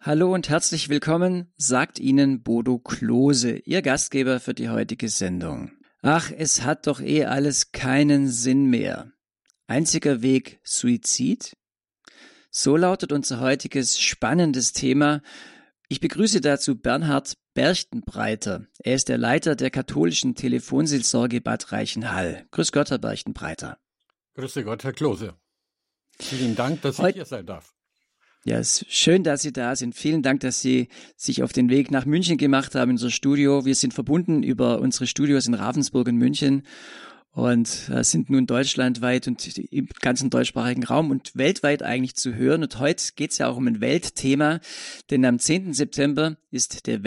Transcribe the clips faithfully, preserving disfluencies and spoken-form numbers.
Hallo und herzlich willkommen, sagt Ihnen Bodo Klose, Ihr Gastgeber für die heutige Sendung. Ach, es hat doch eh alles keinen Sinn mehr. Einziger Weg Suizid? So lautet unser heutiges spannendes Thema. Ich begrüße dazu Bernhard Berchtenbreiter. Er ist der Leiter der katholischen Telefonseelsorge Bad Reichenhall. Grüß Gott, Herr Berchtenbreiter. Grüße Gott, Herr Klose. Vielen Dank, dass ich Heut- hier sein darf. Ja, es ist schön, dass Sie da sind. Vielen Dank, dass Sie sich auf den Weg nach München gemacht haben, in unser Studio. Wir sind verbunden über unsere Studios in Ravensburg und München und äh, sind nun deutschlandweit und im ganzen deutschsprachigen Raum und weltweit eigentlich zu hören. Und heute geht es ja auch um ein Weltthema, denn am zehnten September ist der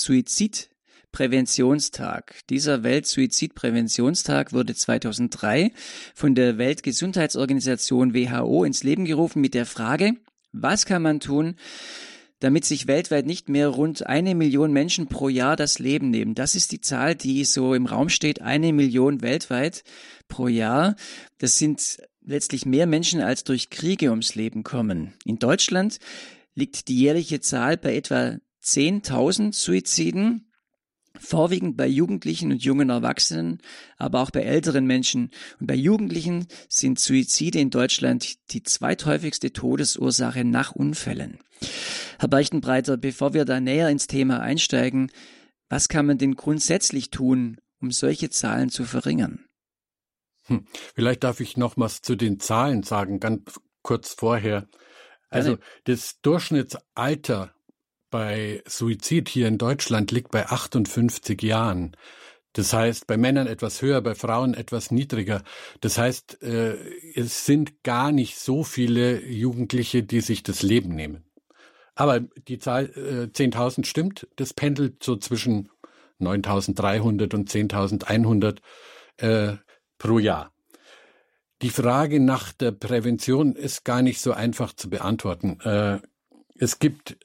Weltsuizidpräventionstag. Dieser Weltsuizidpräventionstag wurde zweitausenddrei von der Weltgesundheitsorganisation W H O ins Leben gerufen mit der Frage: Was kann man tun, damit sich weltweit nicht mehr rund eine Million Menschen pro Jahr das Leben nehmen? Das ist die Zahl, die so im Raum steht, eine Million weltweit pro Jahr. Das sind letztlich mehr Menschen, als durch Kriege ums Leben kommen. In Deutschland liegt die jährliche Zahl bei etwa zehntausend Suiziden. Vorwiegend bei Jugendlichen und jungen Erwachsenen, aber auch bei älteren Menschen. Und bei Jugendlichen sind Suizide in Deutschland die zweithäufigste Todesursache nach Unfällen. Herr Berchtenbreiter, bevor wir da näher ins Thema einsteigen, was kann man denn grundsätzlich tun, um solche Zahlen zu verringern? Hm. Vielleicht darf ich noch was zu den Zahlen sagen, ganz kurz vorher. Also das Durchschnittsalter bei Suizid hier in Deutschland liegt bei achtundfünfzig Jahren. Das heißt, bei Männern etwas höher, bei Frauen etwas niedriger. Das heißt, äh, es sind gar nicht so viele Jugendliche, die sich das Leben nehmen. Aber die Zahl äh, zehntausend stimmt. Das pendelt so zwischen neuntausenddreihundert und zehntausendeinhundert äh, pro Jahr. Die Frage nach der Prävention ist gar nicht so einfach zu beantworten. Äh, es gibt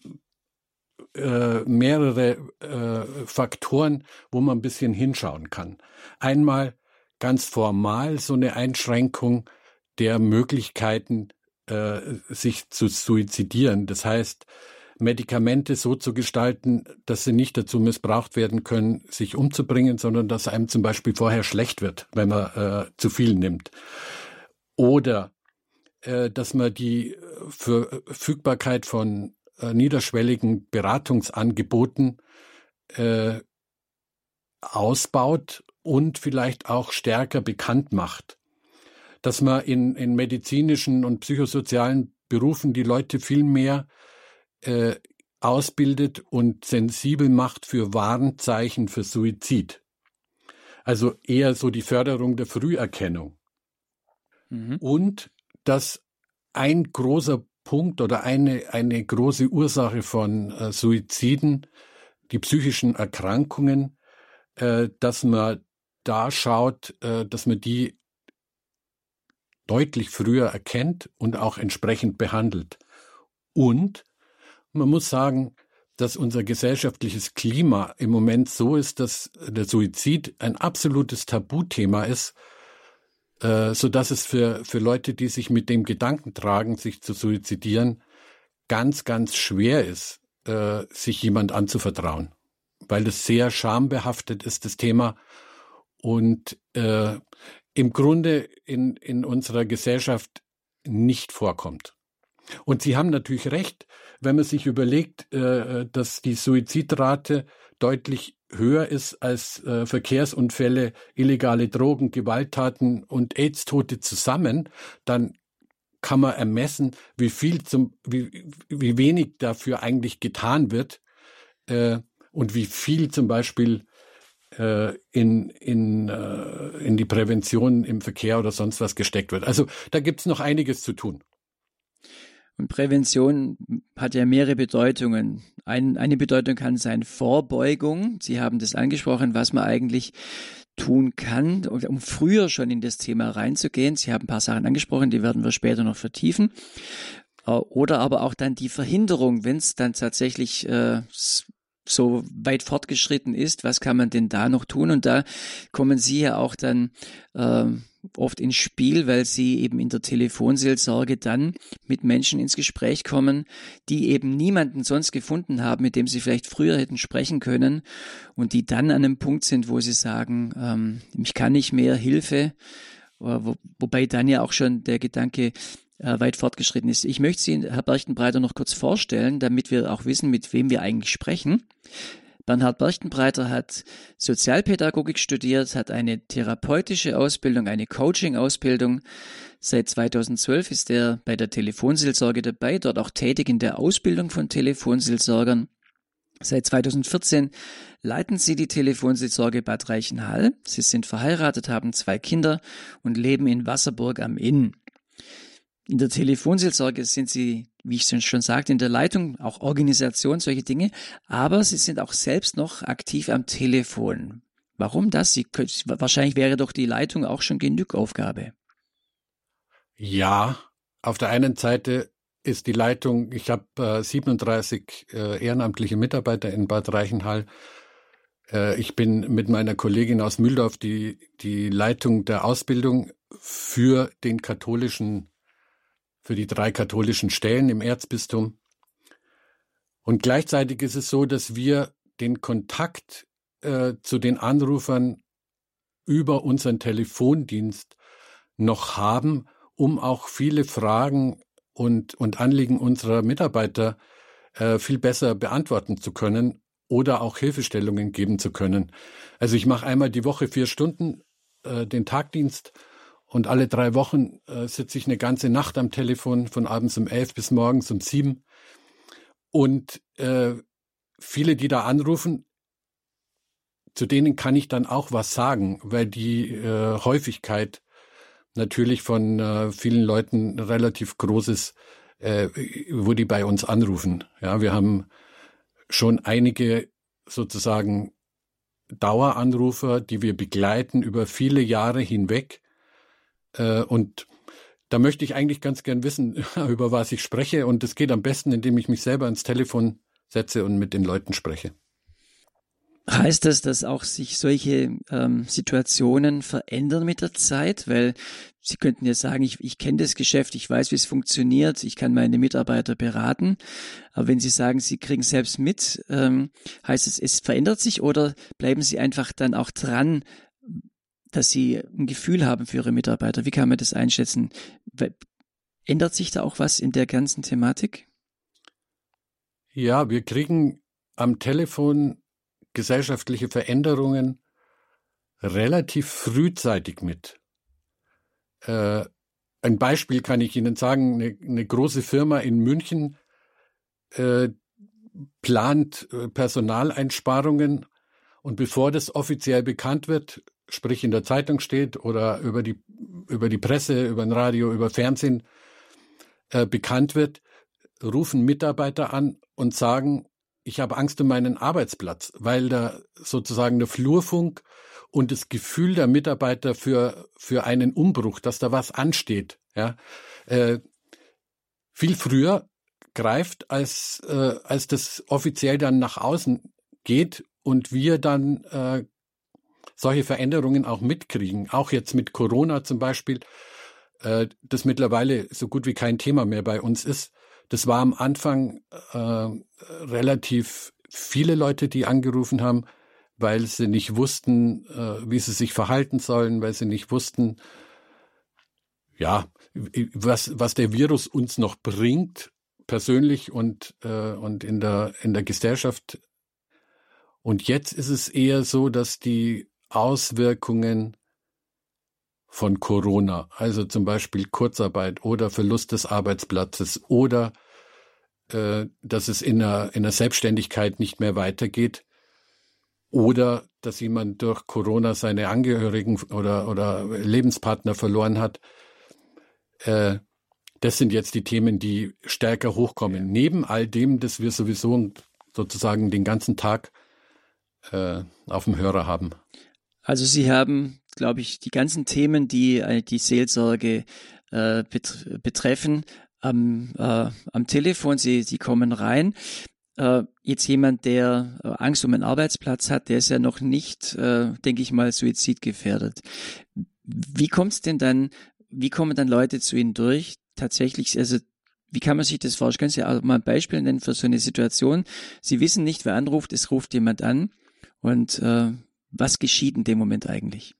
Äh, mehrere äh, Faktoren, wo man ein bisschen hinschauen kann. Einmal ganz formal so eine Einschränkung der Möglichkeiten, äh, sich zu suizidieren. Das heißt, Medikamente so zu gestalten, dass sie nicht dazu missbraucht werden können, sich umzubringen, sondern dass einem zum Beispiel vorher schlecht wird, wenn man äh, zu viel nimmt. Oder äh, dass man die Verfügbarkeit von niederschwelligen Beratungsangeboten äh, ausbaut und vielleicht auch stärker bekannt macht. Dass man in, in medizinischen und psychosozialen Berufen die Leute viel mehr äh, ausbildet und sensibel macht für Warnzeichen für Suizid. Also eher so die Förderung der Früherkennung. Mhm. Und dass ein großer Punkt oder eine, eine große Ursache von äh, Suiziden, die psychischen Erkrankungen, äh, dass man da schaut, äh, dass man die deutlich früher erkennt und auch entsprechend behandelt. Und man muss sagen, dass unser gesellschaftliches Klima im Moment so ist, dass der Suizid ein absolutes Tabuthema ist, Äh, so dass es für, für Leute, die sich mit dem Gedanken tragen, sich zu suizidieren, ganz, ganz schwer ist, äh, sich jemand anzuvertrauen, weil es sehr schambehaftet ist, das Thema, und äh, im Grunde in, in unserer Gesellschaft nicht vorkommt. Und Sie haben natürlich recht, wenn man sich überlegt, äh, dass die Suizidrate deutlich höher ist als äh, Verkehrsunfälle, illegale Drogen, Gewalttaten und AIDS-Tote zusammen, dann kann man ermessen, wie viel zum, wie, wie wenig dafür eigentlich getan wird äh, und wie viel zum Beispiel äh, in, in, äh, in die Prävention im Verkehr oder sonst was gesteckt wird. Also da gibt's noch einiges zu tun. Und Prävention hat ja mehrere Bedeutungen. Ein, eine Bedeutung kann sein Vorbeugung. Sie haben das angesprochen, was man eigentlich tun kann, um früher schon in das Thema reinzugehen. Sie haben ein paar Sachen angesprochen, die werden wir später noch vertiefen. Oder aber auch dann die Verhinderung, wenn es dann tatsächlich äh, so weit fortgeschritten ist, was kann man denn da noch tun? Und da kommen Sie ja auch dann äh, oft ins Spiel, weil sie eben in der Telefonseelsorge dann mit Menschen ins Gespräch kommen, die eben niemanden sonst gefunden haben, mit dem sie vielleicht früher hätten sprechen können und die dann an einem Punkt sind, wo sie sagen, ähm, ich kann nicht mehr, Hilfe, wo, wobei dann ja auch schon der Gedanke äh, weit fortgeschritten ist. Ich möchte Sie, Herr Berchtenbreiter, noch kurz vorstellen, damit wir auch wissen, mit wem wir eigentlich sprechen. Bernhard Berchtenbreiter hat Sozialpädagogik studiert, hat eine therapeutische Ausbildung, eine Coaching-Ausbildung. Seit zweitausendzwölf ist er bei der Telefonseelsorge dabei, dort auch tätig in der Ausbildung von Telefonseelsorgern. Seit zweitausendvierzehn leiten Sie die Telefonseelsorge Bad Reichenhall. Sie sind verheiratet, haben zwei Kinder und leben in Wasserburg am Inn. In der Telefonseelsorge sind Sie, wie ich schon sagte, in der Leitung, auch Organisation, solche Dinge, aber Sie sind auch selbst noch aktiv am Telefon. Warum das? Sie, wahrscheinlich wäre doch die Leitung auch schon genug Aufgabe. Ja, auf der einen Seite ist die Leitung, ich habe äh, siebenunddreißig äh, ehrenamtliche Mitarbeiter in Bad Reichenhall. Äh, ich bin mit meiner Kollegin aus Mühldorf die, die Leitung der Ausbildung für den katholischen für die drei katholischen Stellen im Erzbistum. Und gleichzeitig ist es so, dass wir den Kontakt äh, zu den Anrufern über unseren Telefondienst noch haben, um auch viele Fragen und, und Anliegen unserer Mitarbeiter äh, viel besser beantworten zu können oder auch Hilfestellungen geben zu können. Also ich mache einmal die Woche vier Stunden äh, den Tagdienst. Und alle drei Wochen äh, sitze ich eine ganze Nacht am Telefon, von abends um elf bis morgens um sieben. Und äh, viele, die da anrufen, zu denen kann ich dann auch was sagen, weil die äh, Häufigkeit natürlich von äh, vielen Leuten relativ groß ist, äh, wo die bei uns anrufen. Ja, wir haben schon einige sozusagen Daueranrufer, die wir begleiten über viele Jahre hinweg. Und da möchte ich eigentlich ganz gern wissen, über was ich spreche. Und das geht am besten, indem ich mich selber ans Telefon setze und mit den Leuten spreche. Heißt das, dass auch sich solche ähm, Situationen verändern mit der Zeit? Weil Sie könnten ja sagen, ich, ich kenne das Geschäft, ich weiß, wie es funktioniert, ich kann meine Mitarbeiter beraten. Aber wenn Sie sagen, Sie kriegen selbst mit, ähm, heißt es, es verändert sich oder bleiben Sie einfach dann auch dran, dass Sie ein Gefühl haben für Ihre Mitarbeiter? Wie kann man das einschätzen? Ändert sich da auch was in der ganzen Thematik? Ja, wir kriegen am Telefon gesellschaftliche Veränderungen relativ frühzeitig mit. Äh, ein Beispiel kann ich Ihnen sagen, eine, eine große Firma in München äh, plant äh, Personaleinsparungen und bevor das offiziell bekannt wird, sprich in der Zeitung steht oder über die, über die Presse, über ein Radio, über Fernsehen äh, bekannt wird, rufen Mitarbeiter an und sagen, ich habe Angst um meinen Arbeitsplatz, weil da sozusagen der Flurfunk und das Gefühl der Mitarbeiter für, für einen Umbruch, dass da was ansteht, ja, äh, viel früher greift, als, äh, als das offiziell dann nach außen geht und wir dann äh, solche Veränderungen auch mitkriegen, auch jetzt mit Corona zum Beispiel, äh, das mittlerweile so gut wie kein Thema mehr bei uns ist. Das war am Anfang äh, relativ viele Leute, die angerufen haben, weil sie nicht wussten, äh, wie sie sich verhalten sollen, weil sie nicht wussten, ja, was, was der Virus uns noch bringt, persönlich und, äh, und in der, in der Gesellschaft. Und jetzt ist es eher so, dass die Auswirkungen von Corona, also zum Beispiel Kurzarbeit oder Verlust des Arbeitsplatzes oder äh, dass es in der, in der Selbstständigkeit nicht mehr weitergeht oder dass jemand durch Corona seine Angehörigen oder, oder Lebenspartner verloren hat. Äh, das sind jetzt die Themen, die stärker hochkommen. Ja. Neben all dem, dass wir sowieso sozusagen den ganzen Tag äh, auf dem Hörer haben. Also Sie haben, glaube ich, die ganzen Themen, die äh, die Seelsorge äh, bet- betreffen, am, äh, am Telefon. Sie, Sie kommen rein. Äh, jetzt jemand, der äh, Angst um einen Arbeitsplatz hat, der ist ja noch nicht, äh, denke ich mal, suizidgefährdet. Wie kommt es denn dann, wie kommen dann Leute zu Ihnen durch? Tatsächlich, also wie kann man sich das vorstellen? Können Sie auch mal ein Beispiel nennen für so eine Situation? Sie wissen nicht, wer anruft, es ruft jemand an. Und äh, was geschieht in dem Moment eigentlich?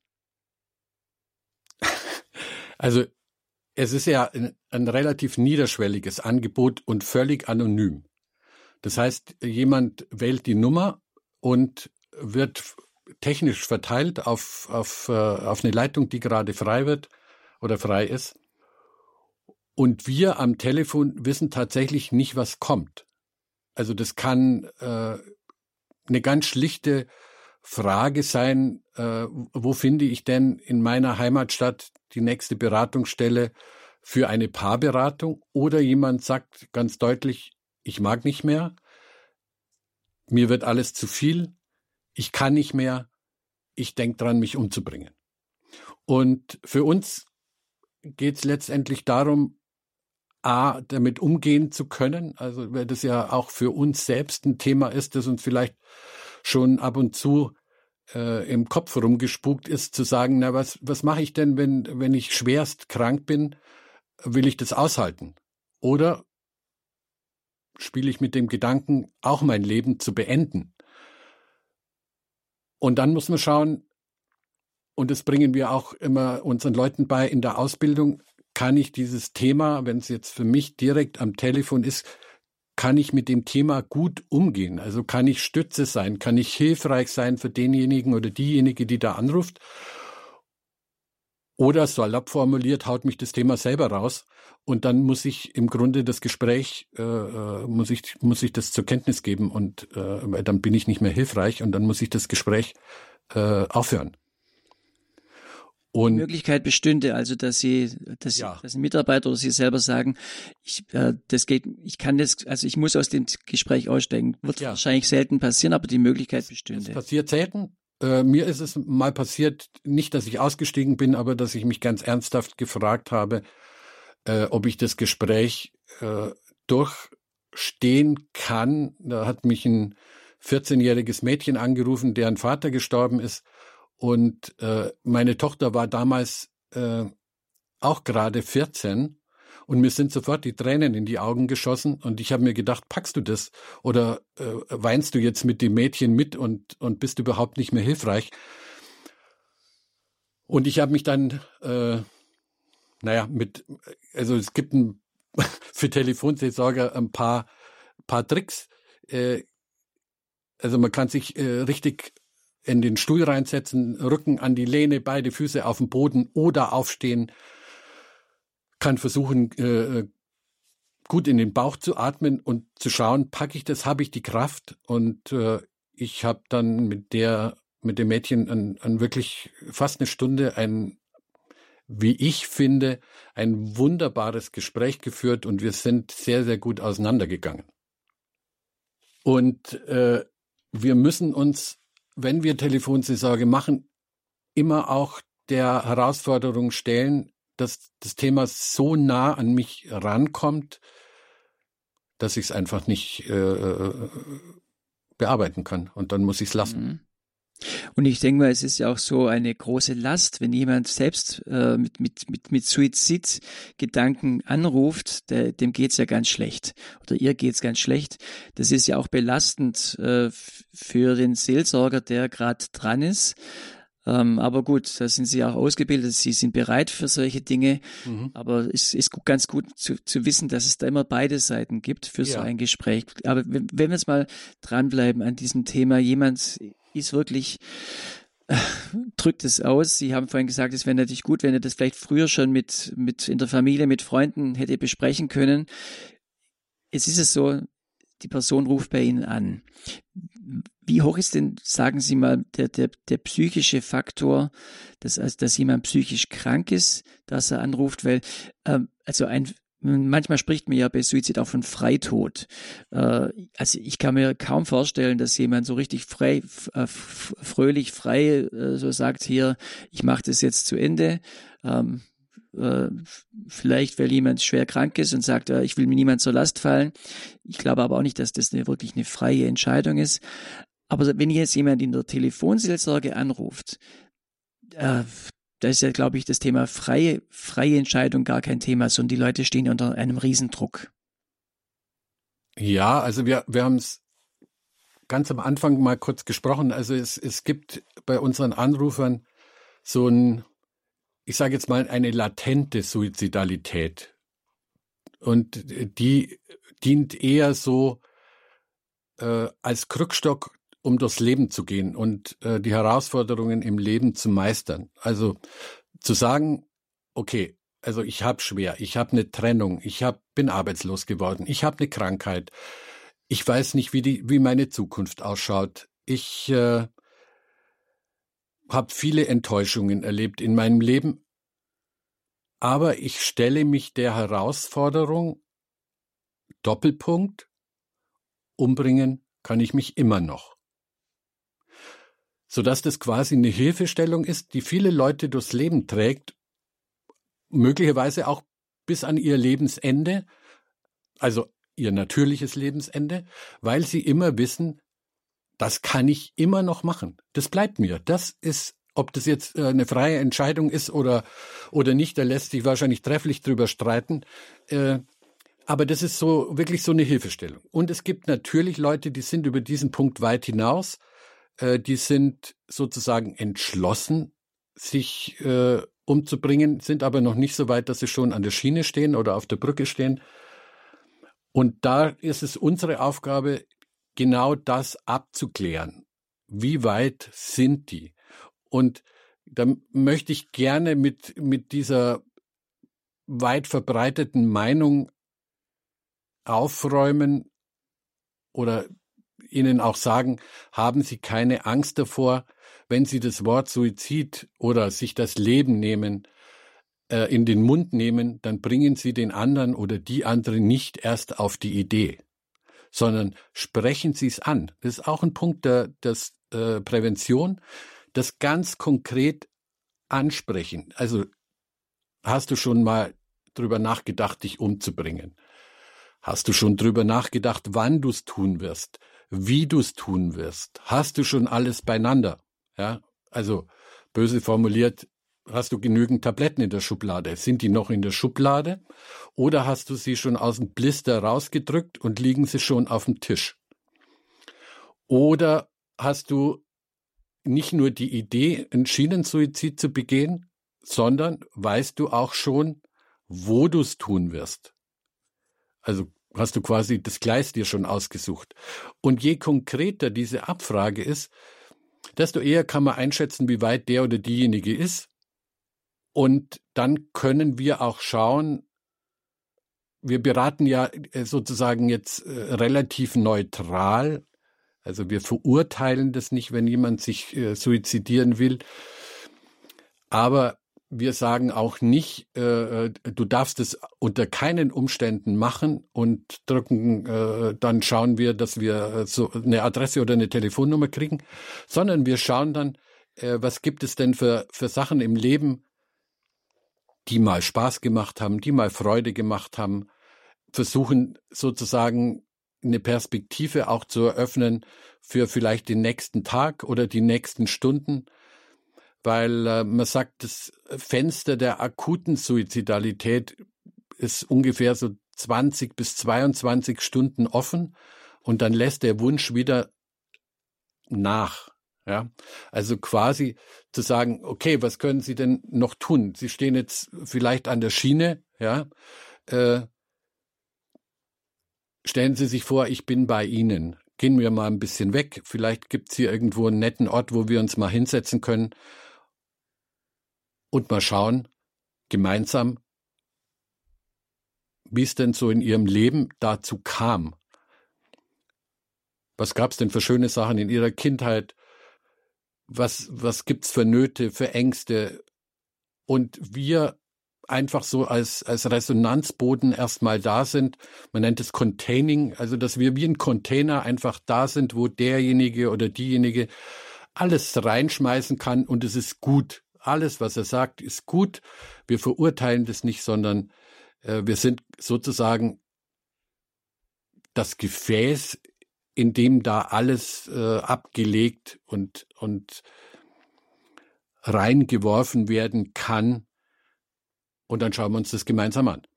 Also es ist ja ein, ein relativ niederschwelliges Angebot und völlig anonym. Das heißt, jemand wählt die Nummer und wird technisch verteilt auf, auf, auf eine Leitung, die gerade frei wird oder frei ist. Und wir am Telefon wissen tatsächlich nicht, was kommt. Also das kann äh, eine ganz schlichte Frage sein, äh, wo finde ich denn in meiner Heimatstadt die nächste Beratungsstelle für eine Paarberatung? Oder jemand sagt ganz deutlich, ich mag nicht mehr, mir wird alles zu viel, ich kann nicht mehr, ich denke dran, mich umzubringen. Und für uns geht es letztendlich darum, A, damit umgehen zu können, also weil das ja auch für uns selbst ein Thema ist, das uns vielleicht schon ab und zu äh, im Kopf rumgespukt ist, zu sagen, na, was, was mache ich denn, wenn, wenn ich schwerst krank bin, will ich das aushalten? Oder spiele ich mit dem Gedanken, auch mein Leben zu beenden? Und dann muss man schauen, und das bringen wir auch immer unseren Leuten bei in der Ausbildung, kann ich dieses Thema, wenn es jetzt für mich direkt am Telefon ist, kann ich mit dem Thema gut umgehen? Also kann ich Stütze sein? Kann ich hilfreich sein für denjenigen oder diejenige, die da anruft? Oder salopp formuliert, haut mich das Thema selber raus und dann muss ich im Grunde das Gespräch, äh, muss ich muss ich das zur Kenntnis geben und äh, dann bin ich nicht mehr hilfreich und dann muss ich das Gespräch äh, aufhören. Und die Möglichkeit bestünde also, dass Sie, dass, ja. dass ein Mitarbeiter oder Sie selber sagen, ich, äh, das geht, ich kann das, also ich muss aus dem Gespräch aussteigen. Wird ja. wahrscheinlich selten passieren, aber die Möglichkeit bestünde. Das passiert selten. Äh, mir ist es mal passiert, nicht, dass ich ausgestiegen bin, aber dass ich mich ganz ernsthaft gefragt habe, äh, ob ich das Gespräch äh, durchstehen kann. Da hat mich ein vierzehnjähriges Mädchen angerufen, deren Vater gestorben ist. Und äh, meine Tochter war damals äh, auch gerade vierzehn. Und mir sind sofort die Tränen in die Augen geschossen und ich habe mir gedacht, packst du das oder äh, weinst du jetzt mit dem Mädchen mit und, und bist überhaupt nicht mehr hilfreich? Und ich habe mich dann, äh, naja, mit, also es gibt ein, für Telefonseelsorger ein paar, paar Tricks. Äh, also man kann sich äh, richtig in den Stuhl reinsetzen, Rücken an die Lehne, beide Füße auf dem Boden oder aufstehen. Kann versuchen, äh, gut in den Bauch zu atmen und zu schauen, packe ich das, habe ich die Kraft? Und äh, ich habe dann mit der, mit dem Mädchen an, an wirklich fast eine Stunde ein, wie ich finde, ein wunderbares Gespräch geführt und wir sind sehr, sehr gut auseinandergegangen. Und äh, wir müssen uns, wenn wir Telefonseelsorge machen, immer auch der Herausforderung stellen, dass das Thema so nah an mich rankommt, dass ich es einfach nicht äh, bearbeiten kann. Und dann muss ich es lassen. Und ich denke mal, es ist ja auch so eine große Last, wenn jemand selbst äh, mit, mit, mit, mit Suizidgedanken anruft, der, dem geht's ja ganz schlecht. Oder ihr geht's ganz schlecht. Das ist ja auch belastend äh, für den Seelsorger, der gerade dran ist. Ähm, aber gut, da sind Sie auch ausgebildet, Sie sind bereit für solche Dinge, mhm. aber es ist ganz gut zu, zu wissen, dass es da immer beide Seiten gibt für ja. so ein Gespräch. Aber wenn, wenn wir jetzt mal dranbleiben an diesem Thema, jemand ist wirklich, äh, drückt es aus. Sie haben vorhin gesagt, es wäre natürlich gut, wenn er das vielleicht früher schon mit, mit in der Familie, mit Freunden hätte besprechen können. Es ist es so, die Person ruft bei Ihnen an. Wie hoch ist denn, sagen Sie mal, der, der, der psychische Faktor, dass, also, dass jemand psychisch krank ist, dass er anruft? Weil, ähm, also ein, manchmal spricht man ja bei Suizid auch von Freitod. Äh, also ich kann mir kaum vorstellen, dass jemand so richtig frei, äh, fröhlich, frei äh, so sagt, hier, ich mache das jetzt zu Ende. Ähm, äh, vielleicht, weil jemand schwer krank ist und sagt, äh, ich will mir niemand zur Last fallen. Ich glaube aber auch nicht, dass das eine, wirklich eine freie Entscheidung ist. Aber wenn jetzt jemand in der Telefonseelsorge anruft, äh, da ist ja, glaube ich, das Thema freie, freie Entscheidung gar kein Thema, sondern die Leute stehen unter einem Riesendruck. Ja, also wir, wir haben es ganz am Anfang mal kurz gesprochen. Also es, es gibt bei unseren Anrufern so ein, ich sage jetzt mal, eine latente Suizidalität. Und die dient eher so äh, als Krückstock, um durchs Leben zu gehen und äh, die Herausforderungen im Leben zu meistern. Also zu sagen, okay, also ich habe schwer, ich habe eine Trennung, ich hab, bin arbeitslos geworden, ich habe eine Krankheit, ich weiß nicht, wie, die, wie meine Zukunft ausschaut, ich äh, habe viele Enttäuschungen erlebt in meinem Leben, aber ich stelle mich der Herausforderung, Doppelpunkt, umbringen kann ich mich immer noch. Sodass das quasi eine Hilfestellung ist, die viele Leute durchs Leben trägt, möglicherweise auch bis an ihr Lebensende, also ihr natürliches Lebensende, weil sie immer wissen, das kann ich immer noch machen. Das bleibt mir. Das ist, ob das jetzt eine freie Entscheidung ist oder, oder nicht, da lässt sich wahrscheinlich trefflich drüber streiten. Aber das ist so wirklich so eine Hilfestellung. Und es gibt natürlich Leute, die sind über diesen Punkt weit hinaus. Die sind sozusagen entschlossen, sich äh, umzubringen, sind aber noch nicht so weit, dass sie schon an der Schiene stehen oder auf der Brücke stehen. Und da ist es unsere Aufgabe, genau das abzuklären. Wie weit sind die? Und da möchte ich gerne mit, mit dieser weit verbreiteten Meinung aufräumen oder Ihnen auch sagen, haben Sie keine Angst davor, wenn Sie das Wort Suizid oder sich das Leben nehmen, äh, in den Mund nehmen, dann bringen Sie den anderen oder die andere nicht erst auf die Idee, sondern sprechen Sie es an. Das ist auch ein Punkt der, der äh, Prävention, das ganz konkret ansprechen. Also hast du schon mal drüber nachgedacht, dich umzubringen? Hast du schon drüber nachgedacht, wann du es tun wirst? Wie du es tun wirst? Hast du schon alles beieinander? Ja, also böse formuliert, hast du genügend Tabletten in der Schublade? Sind die noch in der Schublade? Oder hast du sie schon aus dem Blister rausgedrückt und liegen sie schon auf dem Tisch? Oder hast du nicht nur die Idee, einen Schienensuizid zu begehen, sondern weißt du auch schon, wo du es tun wirst? Also hast du quasi das Gleis dir schon ausgesucht. Und je konkreter diese Abfrage ist, desto eher kann man einschätzen, wie weit der oder diejenige ist. Und dann können wir auch schauen, wir beraten ja sozusagen jetzt relativ neutral, also wir verurteilen das nicht, wenn jemand sich suizidieren will, aber wir sagen auch nicht, äh, du darfst es unter keinen Umständen machen und drücken, äh, dann schauen wir, dass wir so eine Adresse oder eine Telefonnummer kriegen, sondern wir schauen dann, äh, was gibt es denn für, für Sachen im Leben, die mal Spaß gemacht haben, die mal Freude gemacht haben, versuchen sozusagen eine Perspektive auch zu eröffnen für vielleicht den nächsten Tag oder die nächsten Stunden, weil äh, man sagt, das Fenster der akuten Suizidalität ist ungefähr so zwanzig bis zweiundzwanzig Stunden offen und dann lässt der Wunsch wieder nach. Ja, also quasi zu sagen, okay, was können Sie denn noch tun? Sie stehen jetzt vielleicht an der Schiene, ja, äh, stellen Sie sich vor, ich bin bei Ihnen. Gehen wir mal ein bisschen weg. Vielleicht gibt es hier irgendwo einen netten Ort, wo wir uns mal hinsetzen können und mal schauen, gemeinsam, wie es denn so in Ihrem Leben dazu kam. Was gab es denn für schöne Sachen in Ihrer Kindheit? Was, was gibt's für Nöte, für Ängste? Und wir einfach so als, als Resonanzboden erstmal da sind. Man nennt es Containing, also dass wir wie ein Container einfach da sind, wo derjenige oder diejenige alles reinschmeißen kann und es ist gut. Alles, was er sagt, ist gut. Wir verurteilen das nicht, sondern äh, wir sind sozusagen das Gefäß, in dem da alles äh, abgelegt und, und reingeworfen werden kann und dann schauen wir uns das gemeinsam an.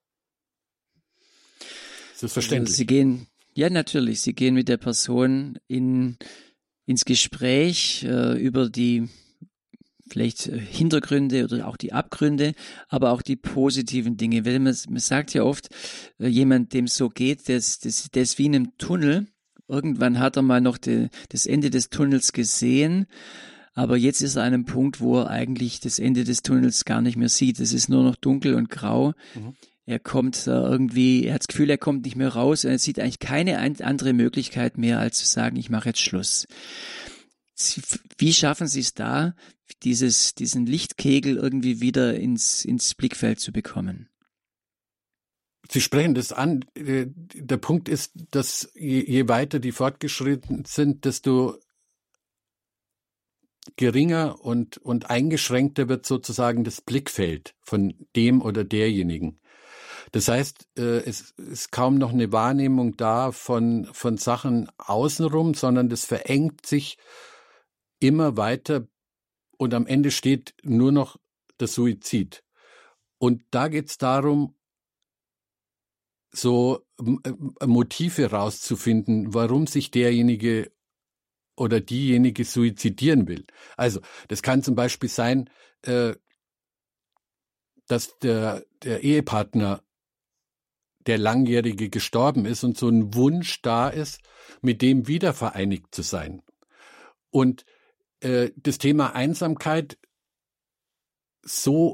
Ist das verständlich? Also Sie gehen, ja natürlich, Sie gehen mit der Person in, ins Gespräch äh, über die vielleicht Hintergründe oder auch die Abgründe, aber auch die positiven Dinge. Weil man, man sagt ja oft, äh, jemand, dem so geht, der ist, der ist wie in einem Tunnel. Irgendwann hat er mal noch die, das Ende des Tunnels gesehen, aber jetzt ist er an einem Punkt, wo er eigentlich das Ende des Tunnels gar nicht mehr sieht. Es ist nur noch dunkel und grau. Mhm. Er kommt da irgendwie, er hat das Gefühl, er kommt nicht mehr raus und er sieht eigentlich keine andere Möglichkeit mehr, als zu sagen, ich mache jetzt Schluss. Wie schaffen Sie es da, dieses, diesen Lichtkegel irgendwie wieder ins, ins Blickfeld zu bekommen? Sie sprechen das an. Der Punkt ist, dass je, je weiter die fortgeschritten sind, desto geringer und, und eingeschränkter wird sozusagen das Blickfeld von dem oder derjenigen. Das heißt, es ist kaum noch eine Wahrnehmung da von, von Sachen außenrum, sondern das verengt sich immer weiter und am Ende steht nur noch der Suizid. Und da geht es darum, so Motive rauszufinden, warum sich derjenige oder diejenige suizidieren will. Also das kann zum Beispiel sein, äh, dass der, der Ehepartner, der Langjährige, gestorben ist und so ein Wunsch da ist, mit dem wieder vereinigt zu sein. Und äh, das Thema Einsamkeit so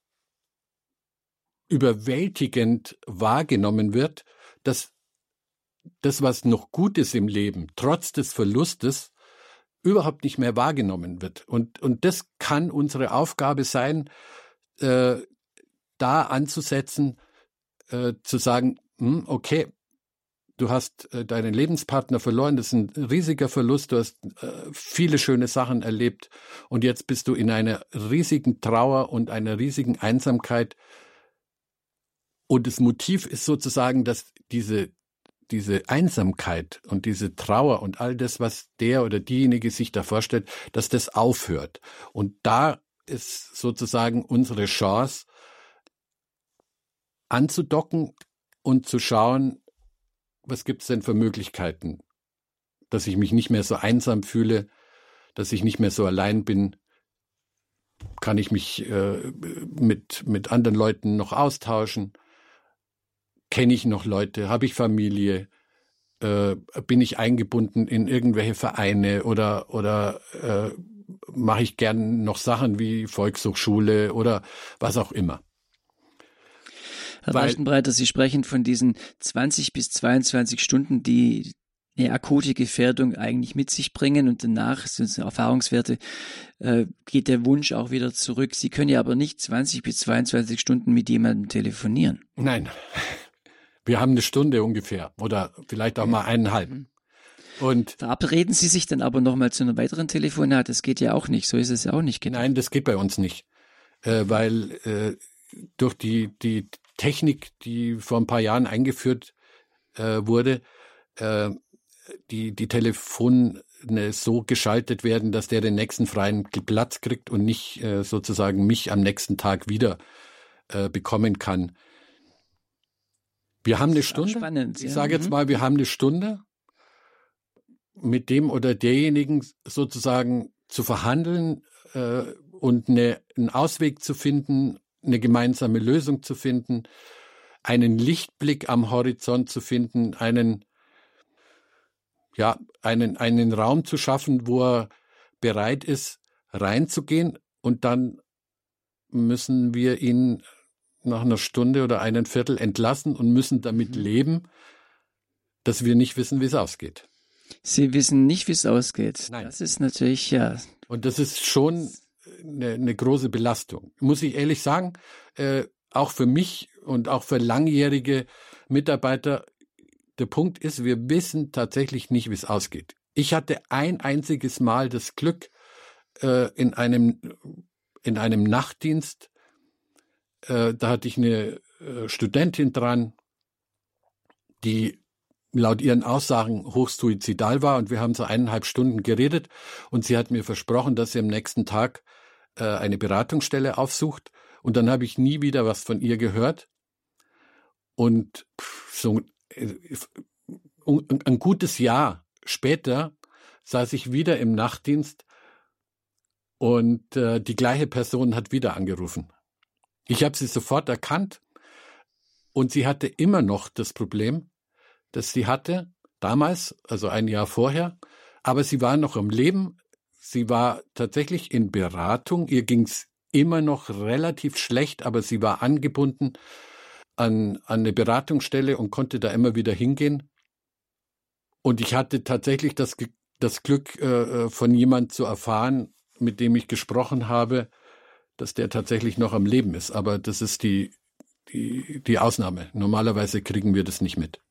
überwältigend wahrgenommen wird, dass das, was noch gut ist im Leben, trotz des Verlustes, überhaupt nicht mehr wahrgenommen wird. Und, und das kann unsere Aufgabe sein, äh, da anzusetzen, äh, zu sagen, hm, okay, du hast äh, deinen Lebenspartner verloren, das ist ein riesiger Verlust, du hast äh, viele schöne Sachen erlebt und jetzt bist du in einer riesigen Trauer und einer riesigen Einsamkeit. Und das Motiv ist sozusagen, dass diese, diese Einsamkeit und diese Trauer und all das, was der oder diejenige sich da vorstellt, dass das aufhört. Und da ist sozusagen unsere Chance, anzudocken und zu schauen, was gibt es denn für Möglichkeiten, dass ich mich nicht mehr so einsam fühle, dass ich nicht mehr so allein bin. Kann ich mich äh, mit, mit anderen Leuten noch austauschen? Kenne ich noch Leute? Habe ich Familie? Äh, bin ich eingebunden in irgendwelche Vereine oder, oder äh, mache ich gern noch Sachen wie Volkshochschule oder was auch immer? Herr Leuchtenbreiter, Sie sprechen von diesen zwanzig bis zweiundzwanzig Stunden, die eine akute Gefährdung eigentlich mit sich bringen und danach, das sind Erfahrungswerte, äh, geht der Wunsch auch wieder zurück. Sie können ja aber nicht zwanzig bis zweiundzwanzig Stunden mit jemandem telefonieren. Nein. Wir haben eine Stunde ungefähr oder vielleicht auch mal eineinhalb. Und verabreden Sie sich dann aber nochmal zu einem weiteren Telefonat? Das geht ja auch nicht, so ist es ja auch nicht gedacht. Nein, das geht bei uns nicht, äh, weil äh, durch die, die Technik, die vor ein paar Jahren eingeführt äh, wurde, äh, die, die Telefone so geschaltet werden, dass der den nächsten freien Platz kriegt und nicht äh, sozusagen mich am nächsten Tag wieder äh, bekommen kann. Wir haben eine Stunde, spannend, ich ja. sage jetzt mal, wir haben eine Stunde, mit dem oder derjenigen sozusagen zu verhandeln äh, und eine, einen Ausweg zu finden, eine gemeinsame Lösung zu finden, einen Lichtblick am Horizont zu finden, einen, ja, einen, einen Raum zu schaffen, wo er bereit ist, reinzugehen, und dann müssen wir ihn nach einer Stunde oder einem Viertel entlassen und müssen damit mhm. leben, dass wir nicht wissen, wie es ausgeht. Sie wissen nicht, wie es ausgeht. Nein. Das ist natürlich, ja. Und das ist schon eine, eine große Belastung. Muss ich ehrlich sagen, äh, auch für mich und auch für langjährige Mitarbeiter, der Punkt ist, wir wissen tatsächlich nicht, wie es ausgeht. Ich hatte ein einziges Mal das Glück, äh, in einem, in einem Nachtdienst, äh, da hatte ich eine äh, Studentin dran, die laut ihren Aussagen hochsuizidal war, und wir haben so eineinhalb Stunden geredet und sie hat mir versprochen, dass sie am nächsten Tag äh, eine Beratungsstelle aufsucht. Und dann habe ich nie wieder was von ihr gehört. Und so äh, ein gutes Jahr später saß ich wieder im Nachtdienst und äh, die gleiche Person hat wieder angerufen. Ich habe sie sofort erkannt und sie hatte immer noch das Problem, das sie hatte damals, also ein Jahr vorher, aber sie war noch am Leben. Sie war tatsächlich in Beratung. Ihr ging es immer noch relativ schlecht, aber sie war angebunden an, an eine Beratungsstelle und konnte da immer wieder hingehen. Und ich hatte tatsächlich das, das Glück, äh, von jemand zu erfahren, mit dem ich gesprochen habe, dass der tatsächlich noch am Leben ist. Aber das ist die, die, die Ausnahme. Normalerweise kriegen wir das nicht mit.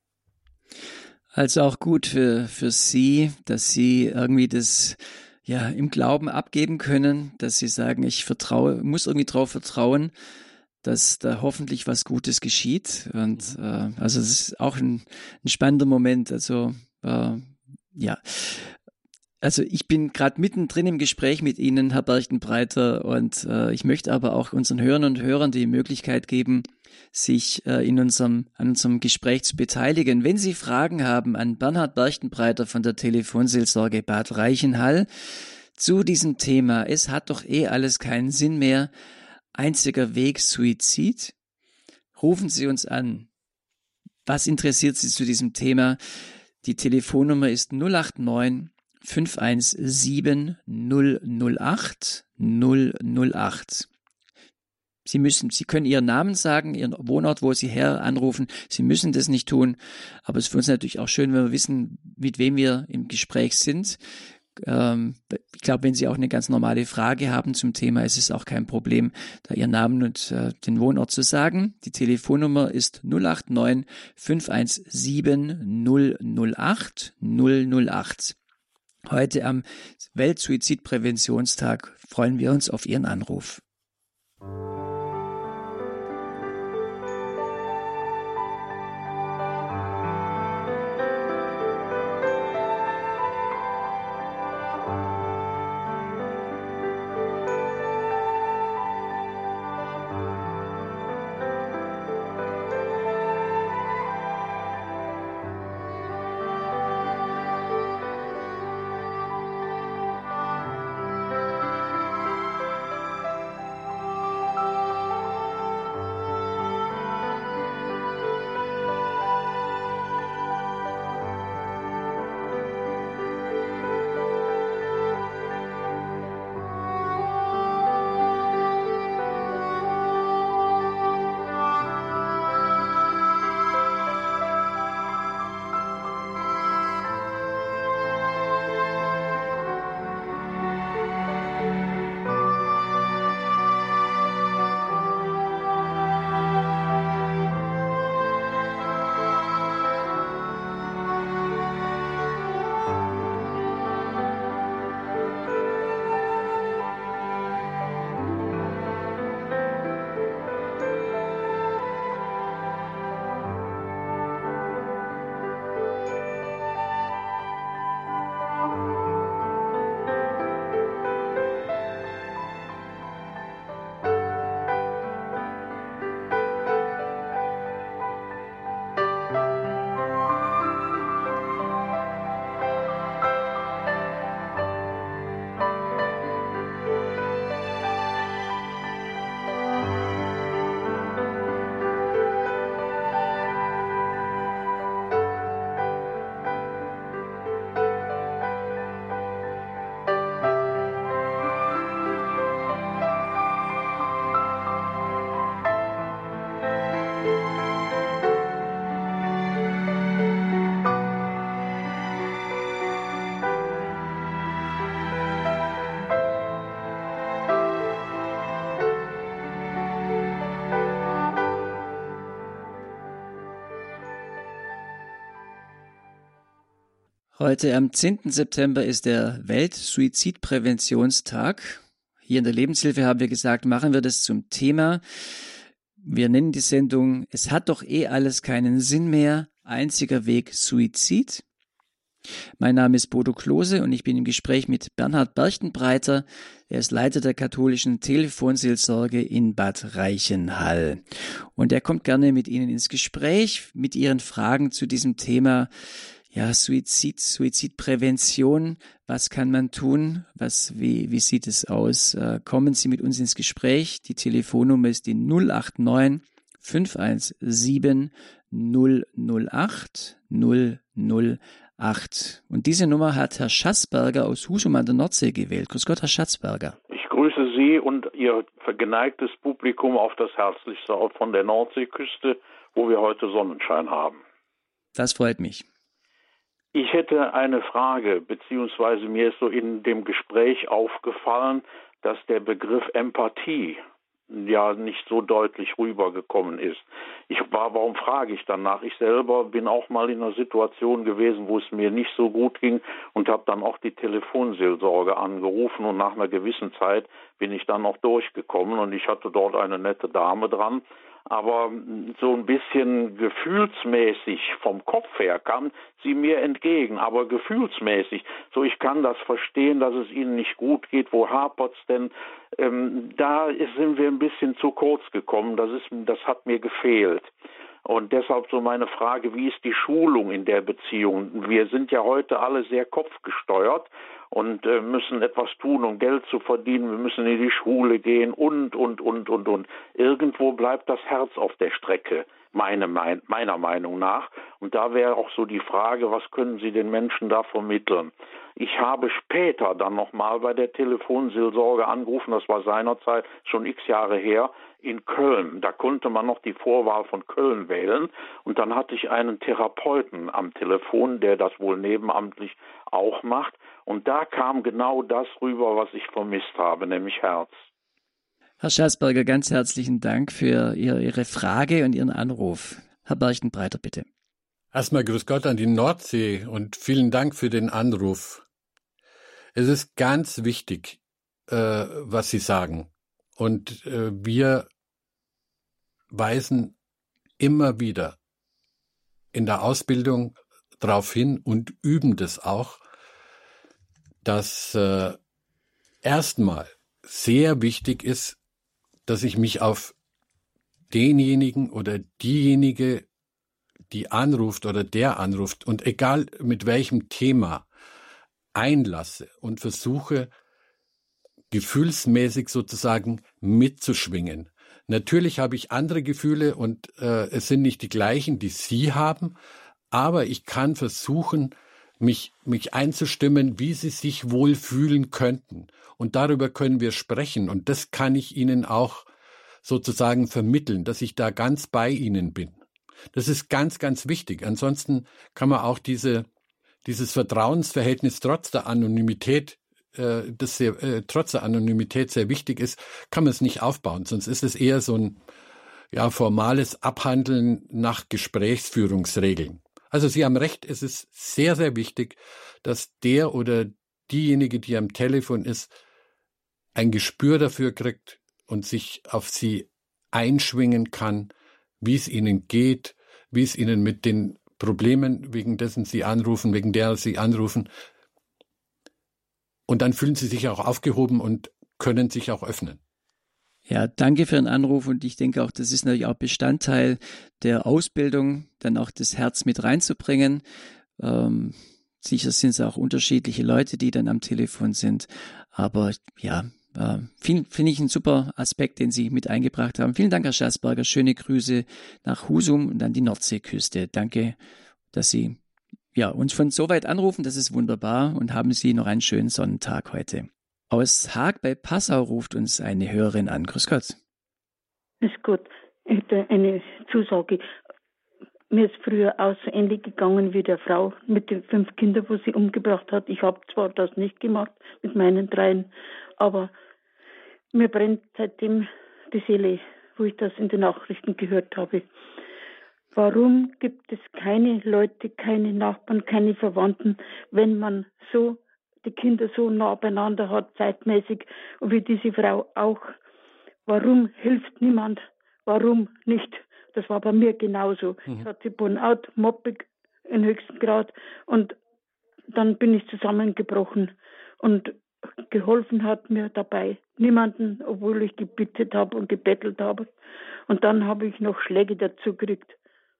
Also auch gut für, für Sie, dass Sie irgendwie das ja im Glauben abgeben können, dass Sie sagen, ich vertraue, muss irgendwie darauf vertrauen, dass da hoffentlich was Gutes geschieht. Und äh, also es ist auch ein, ein spannender Moment. Also äh, ja. Also ich bin gerade mittendrin im Gespräch mit Ihnen, Herr Berchtenbreiter, und äh, ich möchte aber auch unseren Hörern und Hörern die Möglichkeit geben, sich äh, in unserem, an unserem Gespräch zu beteiligen. Wenn Sie Fragen haben an Bernhard Berchtenbreiter von der Telefonseelsorge Bad Reichenhall zu diesem Thema, es hat doch eh alles keinen Sinn mehr, einziger Weg Suizid, rufen Sie uns an. Was interessiert Sie zu diesem Thema? Die Telefonnummer ist null acht neun fünf eins sieben null null acht null null acht. Sie müssen, Sie können Ihren Namen sagen, Ihren Wohnort, wo Sie her anrufen. Sie müssen das nicht tun. Aber es ist für uns natürlich auch schön, wenn wir wissen, mit wem wir im Gespräch sind. Ähm, ich glaube, wenn Sie auch eine ganz normale Frage haben zum Thema, ist es auch kein Problem, da Ihren Namen und äh, den Wohnort zu sagen. Die Telefonnummer ist null acht neun fünf eins sieben null null acht null null acht. Heute am Weltsuizidpräventionstag freuen wir uns auf Ihren Anruf. Heute am zehnten September ist der Weltsuizidpräventionstag. Hier in der Lebenshilfe haben wir gesagt, machen wir das zum Thema. Wir nennen die Sendung "Es hat doch eh alles keinen Sinn mehr. Einziger Weg Suizid". Mein Name ist Bodo Klose und ich bin im Gespräch mit Bernhard Berchtenbreiter. Er ist Leiter der katholischen Telefonseelsorge in Bad Reichenhall. Und er kommt gerne mit Ihnen ins Gespräch, mit Ihren Fragen zu diesem Thema, ja, Suizid, Suizidprävention. Was kann man tun? Was, wie, wie sieht es aus? Äh, kommen Sie mit uns ins Gespräch. Die Telefonnummer ist die null acht neun fünf eins sieben null null acht null null acht. Und diese Nummer hat Herr Schatzberger aus Husum an der Nordsee gewählt. Grüß Gott, Herr Schatzberger. Ich grüße Sie und Ihr geneigtes Publikum auf das Herzlichste von der Nordseeküste, wo wir heute Sonnenschein haben. Das freut mich. Ich hätte eine Frage, beziehungsweise mir ist so in dem Gespräch aufgefallen, dass der Begriff Empathie ja nicht so deutlich rübergekommen ist. Ich war, warum frage ich danach? Ich selber bin auch mal in einer Situation gewesen, wo es mir nicht so gut ging und habe dann auch die Telefonseelsorge angerufen und nach einer gewissen Zeit bin ich dann auch durchgekommen und ich hatte dort eine nette Dame dran. Aber so ein bisschen gefühlsmäßig vom Kopf her kam sie mir entgegen, aber gefühlsmäßig. So, ich kann das verstehen, dass es Ihnen nicht gut geht. Wo hapert's denn? Ähm, da sind wir ein bisschen zu kurz gekommen. Das ist, das hat mir gefehlt. Und deshalb so meine Frage, wie ist die Schulung in der Beziehung? Wir sind ja heute alle sehr kopfgesteuert und äh, müssen etwas tun, um Geld zu verdienen. Wir müssen in die Schule gehen und, und, und, und, und. Irgendwo bleibt das Herz auf der Strecke, meine, mein, meiner Meinung nach. Und da wäre auch so die Frage, was können Sie den Menschen da vermitteln? Ich habe später dann nochmal bei der Telefonseelsorge angerufen, das war seinerzeit schon x Jahre her, in Köln. Da konnte man noch die Vorwahl von Köln wählen und dann hatte ich einen Therapeuten am Telefon, der das wohl nebenamtlich auch macht und da kam genau das rüber, was ich vermisst habe, nämlich Herz. Herr Schatzberger, ganz herzlichen Dank für Ihre Frage und Ihren Anruf. Herr Berchtenbreiter, bitte. Erstmal grüß Gott an die Nordsee und vielen Dank für den Anruf. Es ist ganz wichtig, äh, was Sie sagen. Und äh, wir weisen immer wieder in der Ausbildung darauf hin und üben das auch, dass äh, erstmal sehr wichtig ist, dass ich mich auf denjenigen oder diejenige, die anruft oder der anruft und egal mit welchem Thema einlasse und versuche, gefühlsmäßig sozusagen mitzuschwingen. Natürlich habe ich andere Gefühle und äh, es sind nicht die gleichen, die Sie haben, aber ich kann versuchen, mich, mich einzustimmen, wie Sie sich wohl fühlen könnten. Und darüber können wir sprechen und das kann ich Ihnen auch sozusagen vermitteln, dass ich da ganz bei Ihnen bin. Das ist ganz, ganz wichtig. Ansonsten kann man auch diese, dieses Vertrauensverhältnis trotz der Anonymität, äh, das sehr, äh, trotz der Anonymität sehr wichtig ist, kann man es nicht aufbauen. Sonst ist es eher so ein ja, formales Abhandeln nach Gesprächsführungsregeln. Also Sie haben recht, es ist sehr, sehr wichtig, dass der oder diejenige, die am Telefon ist, ein Gespür dafür kriegt und sich auf Sie einschwingen kann, wie es Ihnen geht, wie es Ihnen mit den Problemen, wegen dessen Sie anrufen, wegen der Sie anrufen. Und dann fühlen Sie sich auch aufgehoben und können sich auch öffnen. Ja, danke für den Anruf und ich denke auch, das ist natürlich auch Bestandteil der Ausbildung, dann auch das Herz mit reinzubringen. Ähm, sicher sind es auch unterschiedliche Leute, die dann am Telefon sind, aber ja, äh, finde ich einen super Aspekt, den Sie mit eingebracht haben. Vielen Dank, Herr Schatzberger, schöne Grüße nach Husum und an die Nordseeküste. Danke, dass Sie ja, uns von so weit anrufen, das ist wunderbar und haben Sie noch einen schönen Sonnentag heute. Aus Haag bei Passau ruft uns eine Hörerin an. Grüß Gott. Ist gut. Ich hätte eine Zusage. Mir ist früher auch so ähnlich gegangen wie der Frau mit den fünf Kindern, wo sie umgebracht hat. Ich habe zwar das nicht gemacht mit meinen dreien, aber mir brennt seitdem die Seele, wo ich das in den Nachrichten gehört habe. Warum gibt es keine Leute, keine Nachbarn, keine Verwandten, wenn man so die Kinder so nah beieinander hat, zeitmäßig, und wie diese Frau auch? Warum hilft niemand? Warum nicht? Das war bei mir genauso. Mhm. Ich hatte Burnout, Mobbing im höchsten Grad und dann bin ich zusammengebrochen und geholfen hat mir dabei niemanden, obwohl ich gebittet habe und gebettelt habe. Und dann habe ich noch Schläge dazu gekriegt.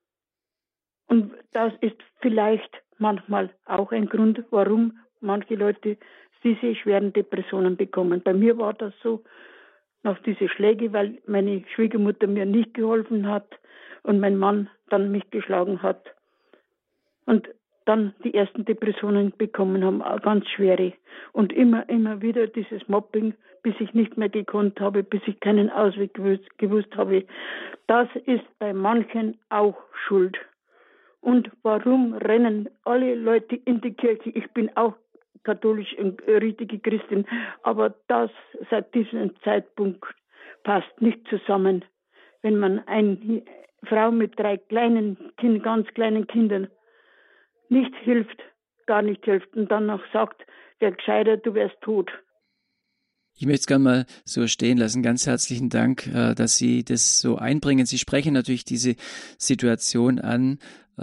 Und das ist vielleicht manchmal auch ein Grund, warum manche Leute diese schweren Depressionen bekommen. Bei mir war das so, nach diese Schläge, weil meine Schwiegermutter mir nicht geholfen hat und mein Mann dann mich geschlagen hat. Und dann die ersten Depressionen bekommen haben, auch ganz schwere. Und immer, immer wieder dieses Mobbing, bis ich nicht mehr gekonnt habe, bis ich keinen Ausweg gewusst, gewusst habe. Das ist bei manchen auch Schuld. Und warum rennen alle Leute in die Kirche? Ich bin auch katholisch und richtige Christin, aber das seit diesem Zeitpunkt passt nicht zusammen. Wenn man eine Frau mit drei kleinen Kindern, ganz kleinen Kindern nicht hilft, gar nicht hilft und dann noch sagt, der Gescheiter, du wärst tot. Ich möchte es gerne mal so stehen lassen. Ganz herzlichen Dank, dass Sie das so einbringen. Sie sprechen natürlich diese Situation an,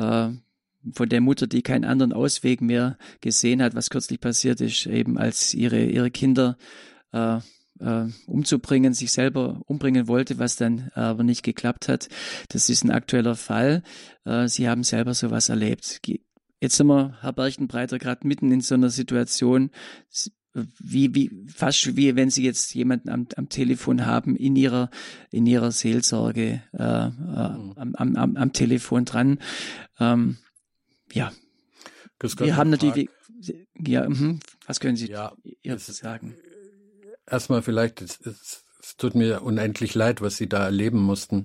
von der Mutter, die keinen anderen Ausweg mehr gesehen hat, was kürzlich passiert ist, eben als ihre, ihre Kinder äh, äh, umzubringen, sich selber umbringen wollte, was dann aber nicht geklappt hat. Das ist ein aktueller Fall. Äh, Sie haben selber sowas erlebt. Jetzt sind wir, Herr Berchenbreiter, gerade mitten in so einer Situation, wie, wie, fast wie wenn Sie jetzt jemanden am, am Telefon haben, in Ihrer, in Ihrer Seelsorge, äh, äh, mhm. am, am, am Telefon dran. Ähm, Ja, wir haben natürlich, ja, was können Sie ja, jetzt sagen? Erstmal vielleicht, es, es, es tut mir unendlich leid, was Sie da erleben mussten.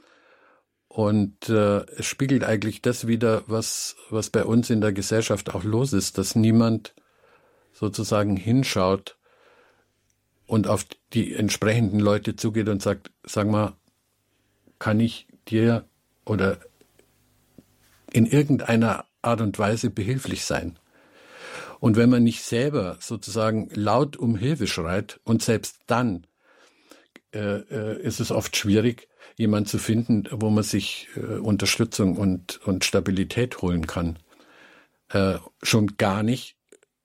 Und äh, es spiegelt eigentlich das wider, was, was bei uns in der Gesellschaft auch los ist, dass niemand sozusagen hinschaut und auf die entsprechenden Leute zugeht und sagt, sag mal, kann ich dir oder in irgendeiner Art und Weise behilflich sein. Und wenn man nicht selber sozusagen laut um Hilfe schreit und selbst dann äh, äh, ist es oft schwierig, jemanden zu finden, wo man sich äh, Unterstützung und, und Stabilität holen kann. Äh, schon gar nicht,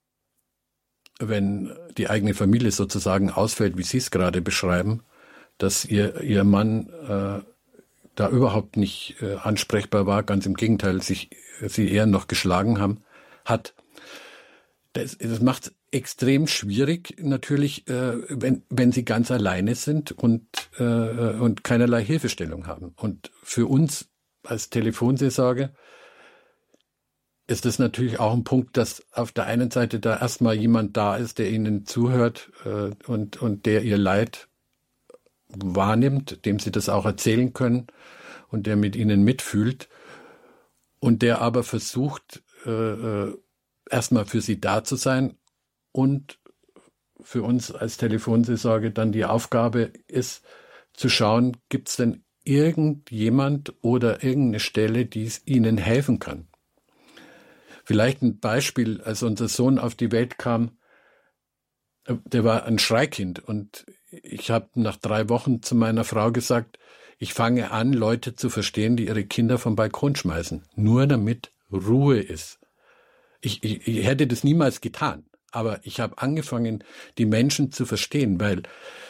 wenn die eigene Familie sozusagen ausfällt, wie Sie es gerade beschreiben, dass ihr, ihr Mann äh, da überhaupt nicht äh, ansprechbar war, ganz im Gegenteil, sich sie eher noch geschlagen haben, hat. Das, das macht es extrem schwierig natürlich, äh, wenn, wenn sie ganz alleine sind und, äh, und keinerlei Hilfestellung haben. Und für uns als Telefonseelsorge ist das natürlich auch ein Punkt, dass auf der einen Seite da erstmal jemand da ist, der ihnen zuhört äh, und, und der ihr Leid wahrnimmt, dem sie das auch erzählen können und der mit ihnen mitfühlt. Und der aber versucht, äh, erstmal für sie da zu sein und für uns als Telefonseelsorge dann die Aufgabe ist, zu schauen, gibt es denn irgendjemand oder irgendeine Stelle, die es ihnen helfen kann. Vielleicht ein Beispiel, als unser Sohn auf die Welt kam, der war ein Schreikind und ich habe nach drei Wochen zu meiner Frau gesagt, ich fange an, Leute zu verstehen, die ihre Kinder vom Balkon schmeißen, nur damit Ruhe ist. Ich, ich, ich hätte das niemals getan, aber ich habe angefangen, die Menschen zu verstehen, weil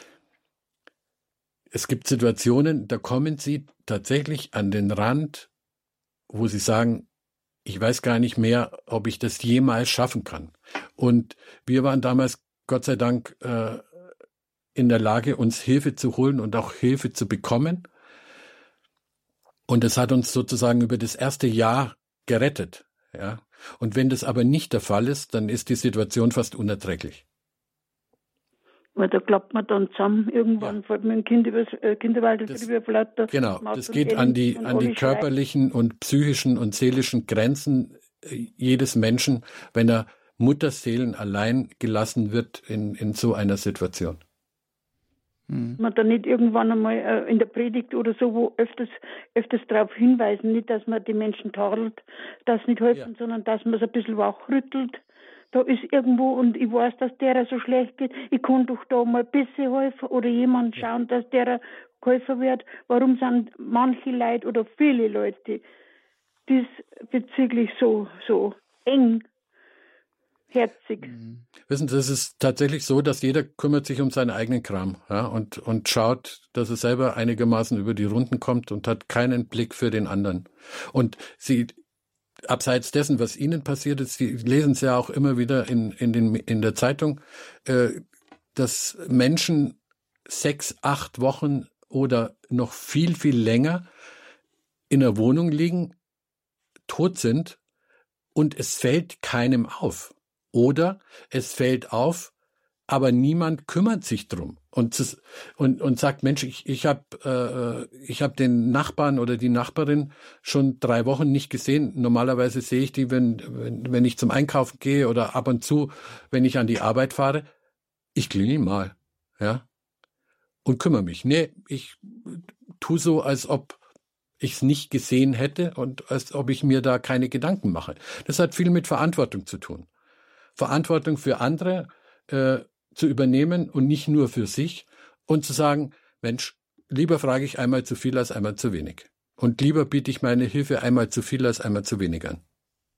es gibt Situationen, da kommen sie tatsächlich an den Rand, wo sie sagen, ich weiß gar nicht mehr, ob ich das jemals schaffen kann. Und wir waren damals, Gott sei Dank, äh, in der Lage, uns Hilfe zu holen und auch Hilfe zu bekommen. Und das hat uns sozusagen über das erste Jahr gerettet. Ja. Und wenn das aber nicht der Fall ist, dann ist die Situation fast unerträglich. Weil da klappt man dann zusammen, irgendwann fällt man ein Kind übers äh, Kinderwald drüber flattert. Genau, das geht an die, an die körperlichen und psychischen und seelischen Grenzen jedes Menschen, wenn er Mutterseelen allein gelassen wird in, in so einer Situation. Hm. Man da nicht irgendwann einmal äh, in der Predigt oder so, wo öfters, öfters darauf hinweisen, nicht, dass man die Menschen tadelt, das nicht helfen, ja. sondern dass man es ein bisschen wachrüttelt. Da ist irgendwo, und ich weiß, dass der so schlecht geht, ich kann doch da mal ein bisschen helfen oder jemand schauen, dass der geholfen wird. Warum sind manche Leute oder viele Leute diesbezüglich so, so eng herzig. Wissen Sie, es ist tatsächlich so, dass jeder kümmert sich um seinen eigenen Kram, ja, und, und schaut, dass er selber einigermaßen über die Runden kommt und hat keinen Blick für den anderen. Und Sie, abseits dessen, was Ihnen passiert ist, Sie lesen es ja auch immer wieder in, in, den, in der Zeitung, äh, dass Menschen sechs, acht Wochen oder noch viel, viel länger in der Wohnung liegen, tot sind und es fällt keinem auf. Oder es fällt auf, aber niemand kümmert sich drum und und, und sagt, Mensch, ich, ich habe äh, ich hab den Nachbarn oder die Nachbarin schon drei Wochen nicht gesehen. Normalerweise sehe ich die, wenn, wenn, wenn ich zum Einkaufen gehe oder ab und zu, wenn ich an die Arbeit fahre. Ich klingel mal, ja, und kümmere mich. Nee, ich tu so, als ob ich es nicht gesehen hätte und als ob ich mir da keine Gedanken mache. Das hat viel mit Verantwortung zu tun. Verantwortung für andere äh, zu übernehmen und nicht nur für sich und zu sagen, Mensch, lieber frage ich einmal zu viel als einmal zu wenig. Und lieber biete ich meine Hilfe einmal zu viel als einmal zu wenig an.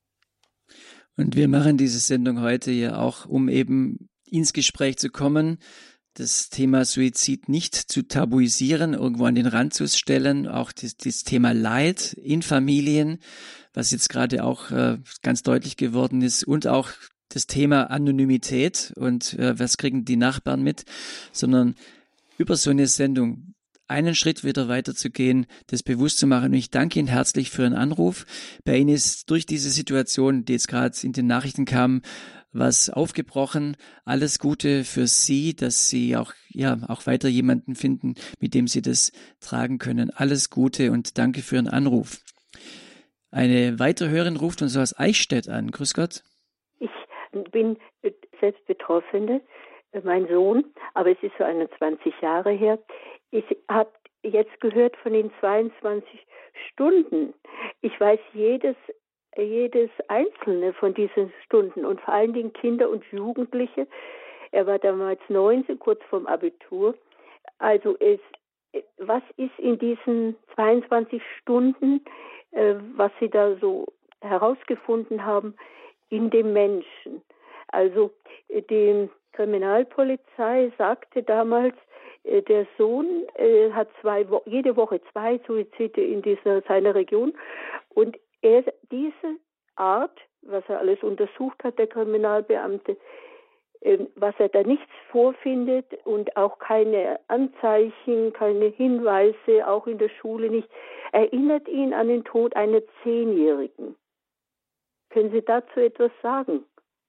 Und wir machen diese Sendung heute ja auch, um eben ins Gespräch zu kommen, das Thema Suizid nicht zu tabuisieren, irgendwo an den Rand zu stellen, auch das, das Thema Leid in Familien, was jetzt gerade auch äh, ganz deutlich geworden ist, und auch das Thema Anonymität und äh, was kriegen die Nachbarn mit, sondern über so eine Sendung einen Schritt wieder weiterzugehen, das bewusst zu machen. Und ich danke Ihnen herzlich für Ihren Anruf. Bei Ihnen ist durch diese Situation, die jetzt gerade in den Nachrichten kam, was aufgebrochen. Alles Gute für Sie, dass Sie auch, ja, auch weiter jemanden finden, mit dem Sie das tragen können. Alles Gute und danke für Ihren Anruf. Eine weitere Hörerin ruft uns aus Eichstätt an. Grüß Gott. Ich bin selbst Betroffene, mein Sohn, aber es ist so einundzwanzig Jahre her. Ich habe jetzt gehört von den zweiundzwanzig Stunden. Ich weiß jedes, jedes einzelne von diesen Stunden und vor allen Dingen Kinder und Jugendliche. Er war damals neunzehn, kurz vorm Abitur. Also es, was ist in diesen zweiundzwanzig Stunden, äh, was Sie da so herausgefunden haben, in dem Menschen? Also die Kriminalpolizei sagte damals, der Sohn äh, hat zwei Wo- jede Woche zwei Suizide in dieser seiner Region, und er diese Art, was er alles untersucht hat, der Kriminalbeamte, äh, was er da nichts vorfindet und auch keine Anzeichen, keine Hinweise, auch in der Schule nicht, erinnert ihn an den Tod einer Zehnjährigen. Können Sie dazu etwas sagen?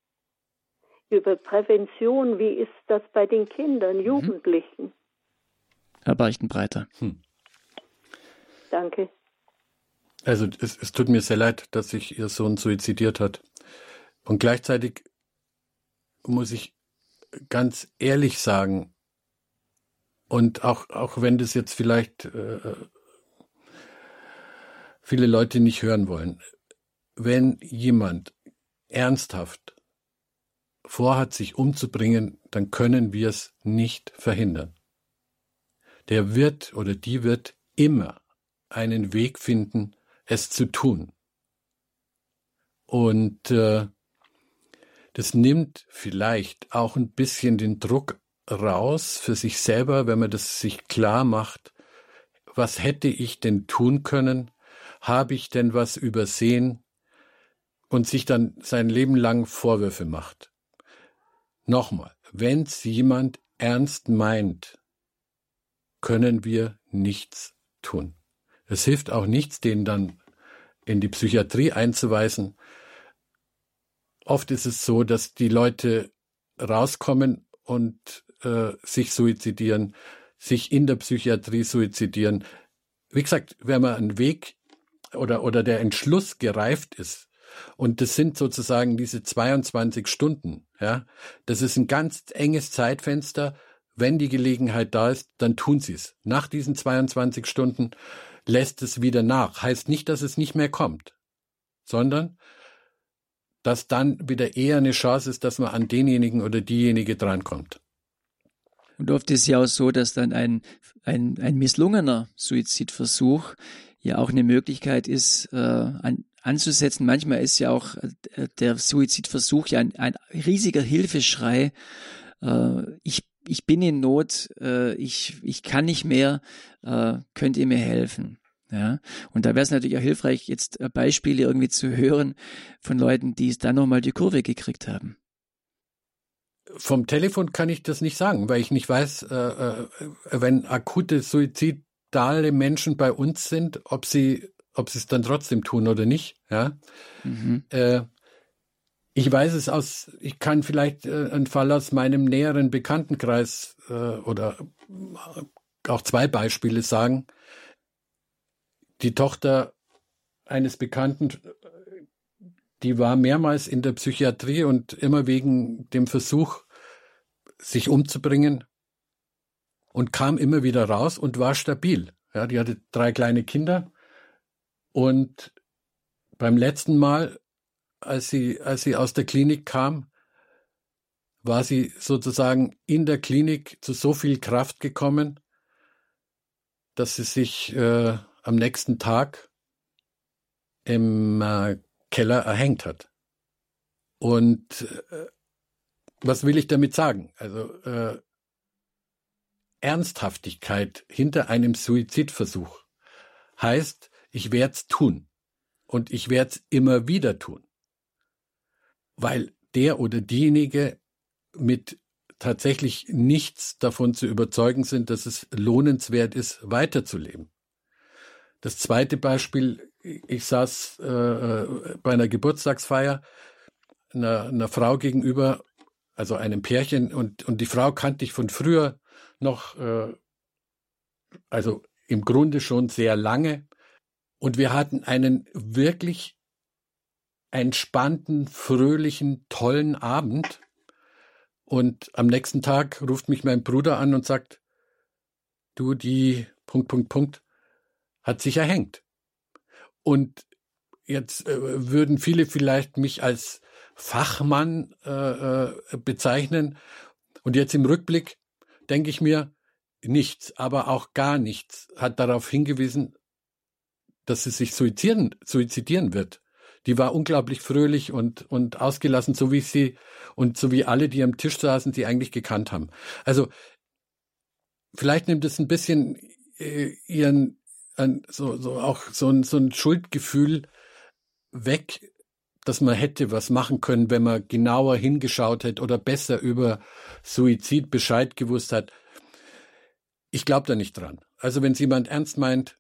Über Prävention, wie ist das bei den Kindern, mhm. Jugendlichen? Herr Beichtenbreiter. Hm. Danke. Also es, es tut mir sehr leid, dass sich Ihr Sohn suizidiert hat. Und gleichzeitig muss ich ganz ehrlich sagen, und auch, auch wenn das jetzt vielleicht äh, viele Leute nicht hören wollen, wenn jemand ernsthaft vorhat, sich umzubringen, dann können wir es nicht verhindern. Der wird oder die wird immer einen Weg finden, es zu tun. Und äh, das nimmt vielleicht auch ein bisschen den Druck raus für sich selber, wenn man das sich klar macht, was hätte ich denn tun können, habe ich denn was übersehen, und sich dann sein Leben lang Vorwürfe macht. Nochmal, wenn es jemand ernst meint, können wir nichts tun. Es hilft auch nichts, den dann in die Psychiatrie einzuweisen. Oft ist es so, dass die Leute rauskommen und äh, sich suizidieren, sich in der Psychiatrie suizidieren. Wie gesagt, wenn man einen Weg oder, oder der Entschluss gereift ist, und das sind sozusagen diese zweiundzwanzig Stunden, ja, das ist ein ganz enges Zeitfenster. Wenn die Gelegenheit da ist, dann tun sie es. Nach diesen zweiundzwanzig Stunden lässt es wieder nach. Heißt nicht, dass es nicht mehr kommt, sondern dass dann wieder eher eine Chance ist, dass man an denjenigen oder diejenige drankommt. Und oft ist ja auch so, dass dann ein, ein, ein misslungener Suizidversuch ja auch eine Möglichkeit ist, äh, an, anzusetzen. Manchmal ist ja auch äh, der Suizidversuch ja ein, ein riesiger Hilfeschrei. Äh, ich, ich bin in Not, äh, ich, ich kann nicht mehr, äh, könnt ihr mir helfen? Ja, und da wäre es natürlich auch hilfreich, jetzt Beispiele irgendwie zu hören von Leuten, die es dann nochmal die Kurve gekriegt haben. Vom Telefon kann ich das nicht sagen, weil ich nicht weiß, äh, äh, wenn akute suizidale Menschen bei uns sind, ob sie, ob sie es dann trotzdem tun oder nicht. Ja. Mhm. Äh, ich weiß es aus, ich kann vielleicht äh, einen Fall aus meinem näheren Bekanntenkreis äh, oder auch zwei Beispiele sagen. Die Tochter eines Bekannten, die war mehrmals in der Psychiatrie und immer wegen dem Versuch, sich umzubringen, und kam immer wieder raus und war stabil. Ja, die hatte drei kleine Kinder und beim letzten Mal, als sie, als sie aus der Klinik kam, war sie sozusagen in der Klinik zu so viel Kraft gekommen, dass sie sich äh, am nächsten Tag im äh, Keller erhängt hat. Und äh, was will ich damit sagen? Also äh, Ernsthaftigkeit hinter einem Suizidversuch heißt, ich werde es tun und ich werde es immer wieder tun, weil der oder diejenige mit tatsächlich nichts davon zu überzeugen sind, dass es lohnenswert ist, weiterzuleben. Das zweite Beispiel, ich saß äh, bei einer Geburtstagsfeier einer, einer Frau gegenüber, also einem Pärchen, und, und die Frau kannte ich von früher noch, äh, also im Grunde schon sehr lange. Und wir hatten einen wirklich entspannten, fröhlichen, tollen Abend. Und am nächsten Tag ruft mich mein Bruder an und sagt, du, die Punkt, Punkt, Punkt, hat sich erhängt. Und jetzt äh, würden viele vielleicht mich als Fachmann äh, äh, bezeichnen. Und jetzt im Rückblick denke ich mir, nichts, aber auch gar nichts hat darauf hingewiesen, dass sie sich suizidieren, suizidieren wird. Die war unglaublich fröhlich und, und ausgelassen, so wie sie und so wie alle, die am Tisch saßen, sie eigentlich gekannt haben. Also vielleicht nimmt es ein bisschen äh, ihren ein, so, so auch so ein, so ein Schuldgefühl weg, dass man hätte was machen können, wenn man genauer hingeschaut hätte oder besser über Suizid Bescheid gewusst hat. Ich glaube da nicht dran. Also wenn es jemand ernst meint,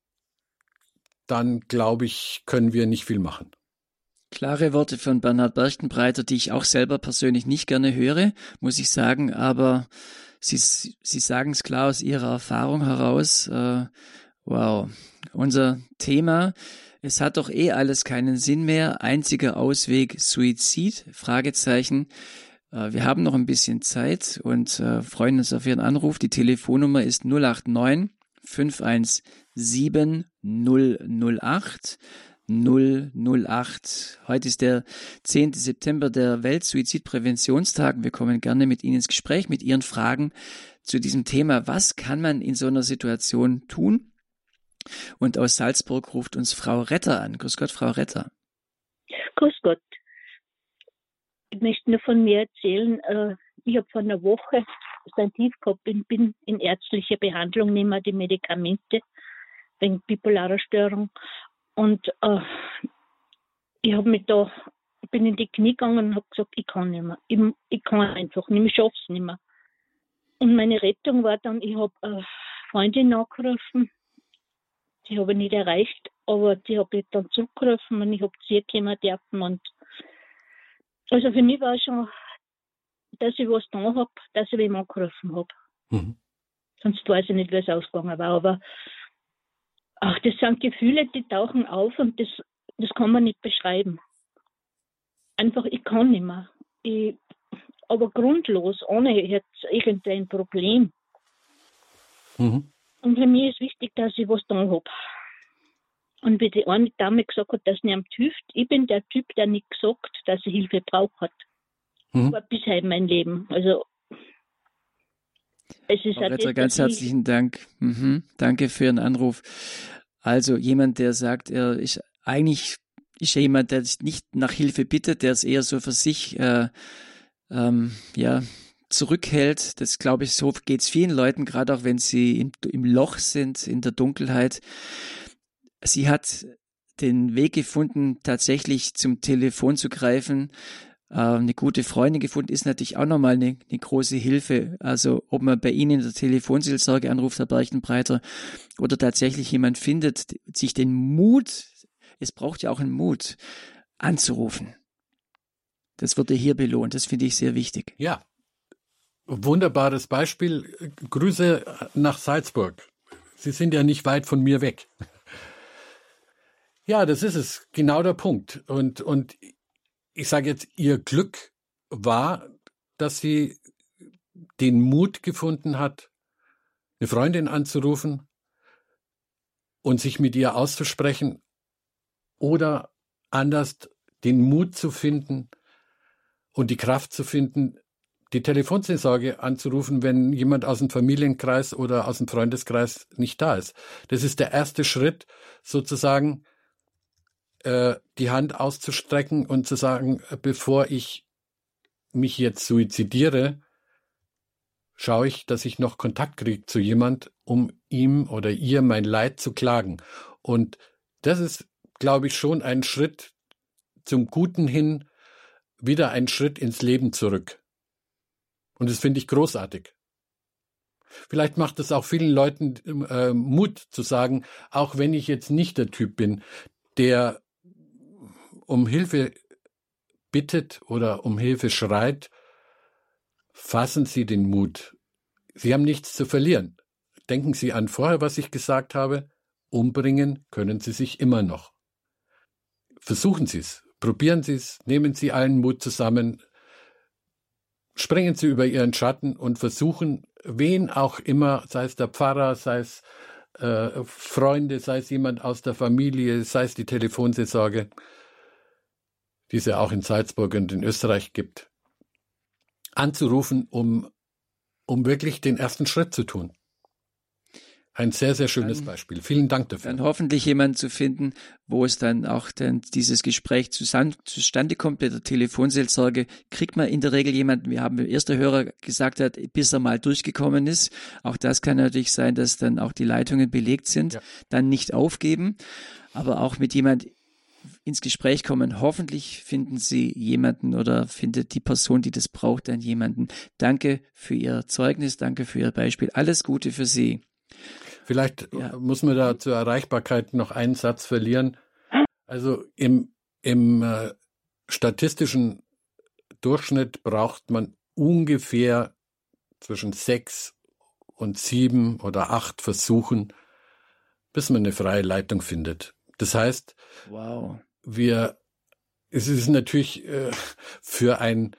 dann glaube ich, können wir nicht viel machen. Klare Worte von Bernhard Berchtenbreiter, die ich auch selber persönlich nicht gerne höre, muss ich sagen, aber Sie, Sie sagen es klar aus Ihrer Erfahrung heraus. Äh, wow, unser Thema, es hat doch eh alles keinen Sinn mehr. Einziger Ausweg Suizid? Fragezeichen. Äh, wir haben noch ein bisschen Zeit und äh, freuen uns auf Ihren Anruf. Die Telefonnummer ist null acht neun fünf eins sieben null null acht null null acht. Heute ist der zehnten September, der Weltsuizidpräventionstag. Wir kommen gerne mit Ihnen ins Gespräch, mit Ihren Fragen zu diesem Thema. Was kann man in so einer Situation tun? Und aus Salzburg ruft uns Frau Retter an. Grüß Gott, Frau Retter. Grüß Gott. Ich möchte nur von mir erzählen, äh, ich habe vor einer Woche ein Tief gehabt, bin, bin in ärztlicher Behandlung, nehme mehr die Medikamente wegen bipolarer Störung. Und äh, ich habe mich da, bin in die Knie gegangen und habe gesagt, ich kann nicht mehr. Ich, ich kann einfach nicht mehr, ich schaffe es nicht mehr. Und meine Rettung war dann, ich habe eine Freundin angerufen, die habe ich nicht erreicht, aber die habe ich dann zurückgerufen und ich habe zu ihr kommen dürfen. Und also für mich war es schon, dass ich was da habe, dass ich ihn angerufen habe. Mhm. Sonst weiß ich nicht, wie es ausgegangen war. Aber ach, das sind Gefühle, die tauchen auf und das, das kann man nicht beschreiben. Einfach, ich kann nicht mehr. Ich, aber grundlos, ohne jetzt irgendein Problem. Mhm. Und für mich ist wichtig, dass ich was da habe. Und wie die eine Dame gesagt hat, dass es nicht hilft, ich bin der Typ, der nicht gesagt, dass er Hilfe braucht hat. Mhm. Das war bisher mein Leben. Also es ist Frau Retter, ganz herzlichen Dank. Mhm. Danke für Ihren Anruf. Also jemand, der sagt, er ist eigentlich ist ja jemand, der nicht nach Hilfe bittet, der es eher so für sich äh, ähm, ja, zurückhält. Das glaube ich, so geht es vielen Leuten, gerade auch wenn sie im, im Loch sind, in der Dunkelheit. Sie hat den Weg gefunden, tatsächlich zum Telefon zu greifen. Äh, eine gute Freundin gefunden ist natürlich auch nochmal eine, eine große Hilfe. Also ob man bei Ihnen in der Telefonseelsorge anruft, Herr Berchtenbreiter, oder tatsächlich jemand findet, sich den Mut, es braucht ja auch einen Mut, anzurufen. Das wird ja hier belohnt. Das finde ich sehr wichtig. Ja, wunderbares Beispiel. Grüße nach Salzburg. Sie sind ja nicht weit von mir weg. Ja, das ist es. Genau der Punkt. Und, und ich sage jetzt, Ihr Glück war, dass sie den Mut gefunden hat, eine Freundin anzurufen und sich mit ihr auszusprechen oder anders den Mut zu finden und die Kraft zu finden, die Telefonseelsorge anzurufen, wenn jemand aus dem Familienkreis oder aus dem Freundeskreis nicht da ist. Das ist der erste Schritt, sozusagen äh, die Hand auszustrecken und zu sagen, bevor ich mich jetzt suizidiere, schaue ich, dass ich noch Kontakt kriege zu jemand, um ihm oder ihr mein Leid zu klagen. Und das ist, glaube ich, schon ein Schritt zum Guten hin, wieder ein Schritt ins Leben zurück. Und das finde ich großartig. Vielleicht macht es auch vielen Leuten äh, Mut zu sagen, auch wenn ich jetzt nicht der Typ bin, der um Hilfe bittet oder um Hilfe schreit, fassen Sie den Mut. Sie haben nichts zu verlieren. Denken Sie an vorher, was ich gesagt habe. Umbringen können Sie sich immer noch. Versuchen Sie es. Probieren Sie es. Nehmen Sie allen Mut zusammen. Springen Sie über Ihren Schatten und versuchen, wen auch immer, sei es der Pfarrer, sei es äh, Freunde, sei es jemand aus der Familie, sei es die Telefonseelsorge, die es ja auch in Salzburg und in Österreich gibt, anzurufen, um, um wirklich den ersten Schritt zu tun. Ein sehr, sehr schönes dann, Beispiel. Vielen Dank dafür. Dann hoffentlich jemanden zu finden, wo es dann auch dann dieses Gespräch zusammen, zustande kommt. Bei der Telefonseelsorge kriegt man in der Regel jemanden, wir haben, der erste Hörer gesagt hat, bis er mal durchgekommen ist. Auch das kann natürlich sein, dass dann auch die Leitungen belegt sind. Ja. Dann nicht aufgeben, aber auch mit jemand ins Gespräch kommen. Hoffentlich finden Sie jemanden oder findet die Person, die das braucht, dann jemanden. Danke für Ihr Zeugnis, danke für Ihr Beispiel. Alles Gute für Sie. Vielleicht ja. muss man da zur Erreichbarkeit noch einen Satz verlieren. Also im, im äh, statistischen Durchschnitt braucht man ungefähr zwischen sechs und sieben oder acht Versuchen, bis man eine freie Leitung findet. Das heißt, wow. wir, es ist natürlich äh, für ein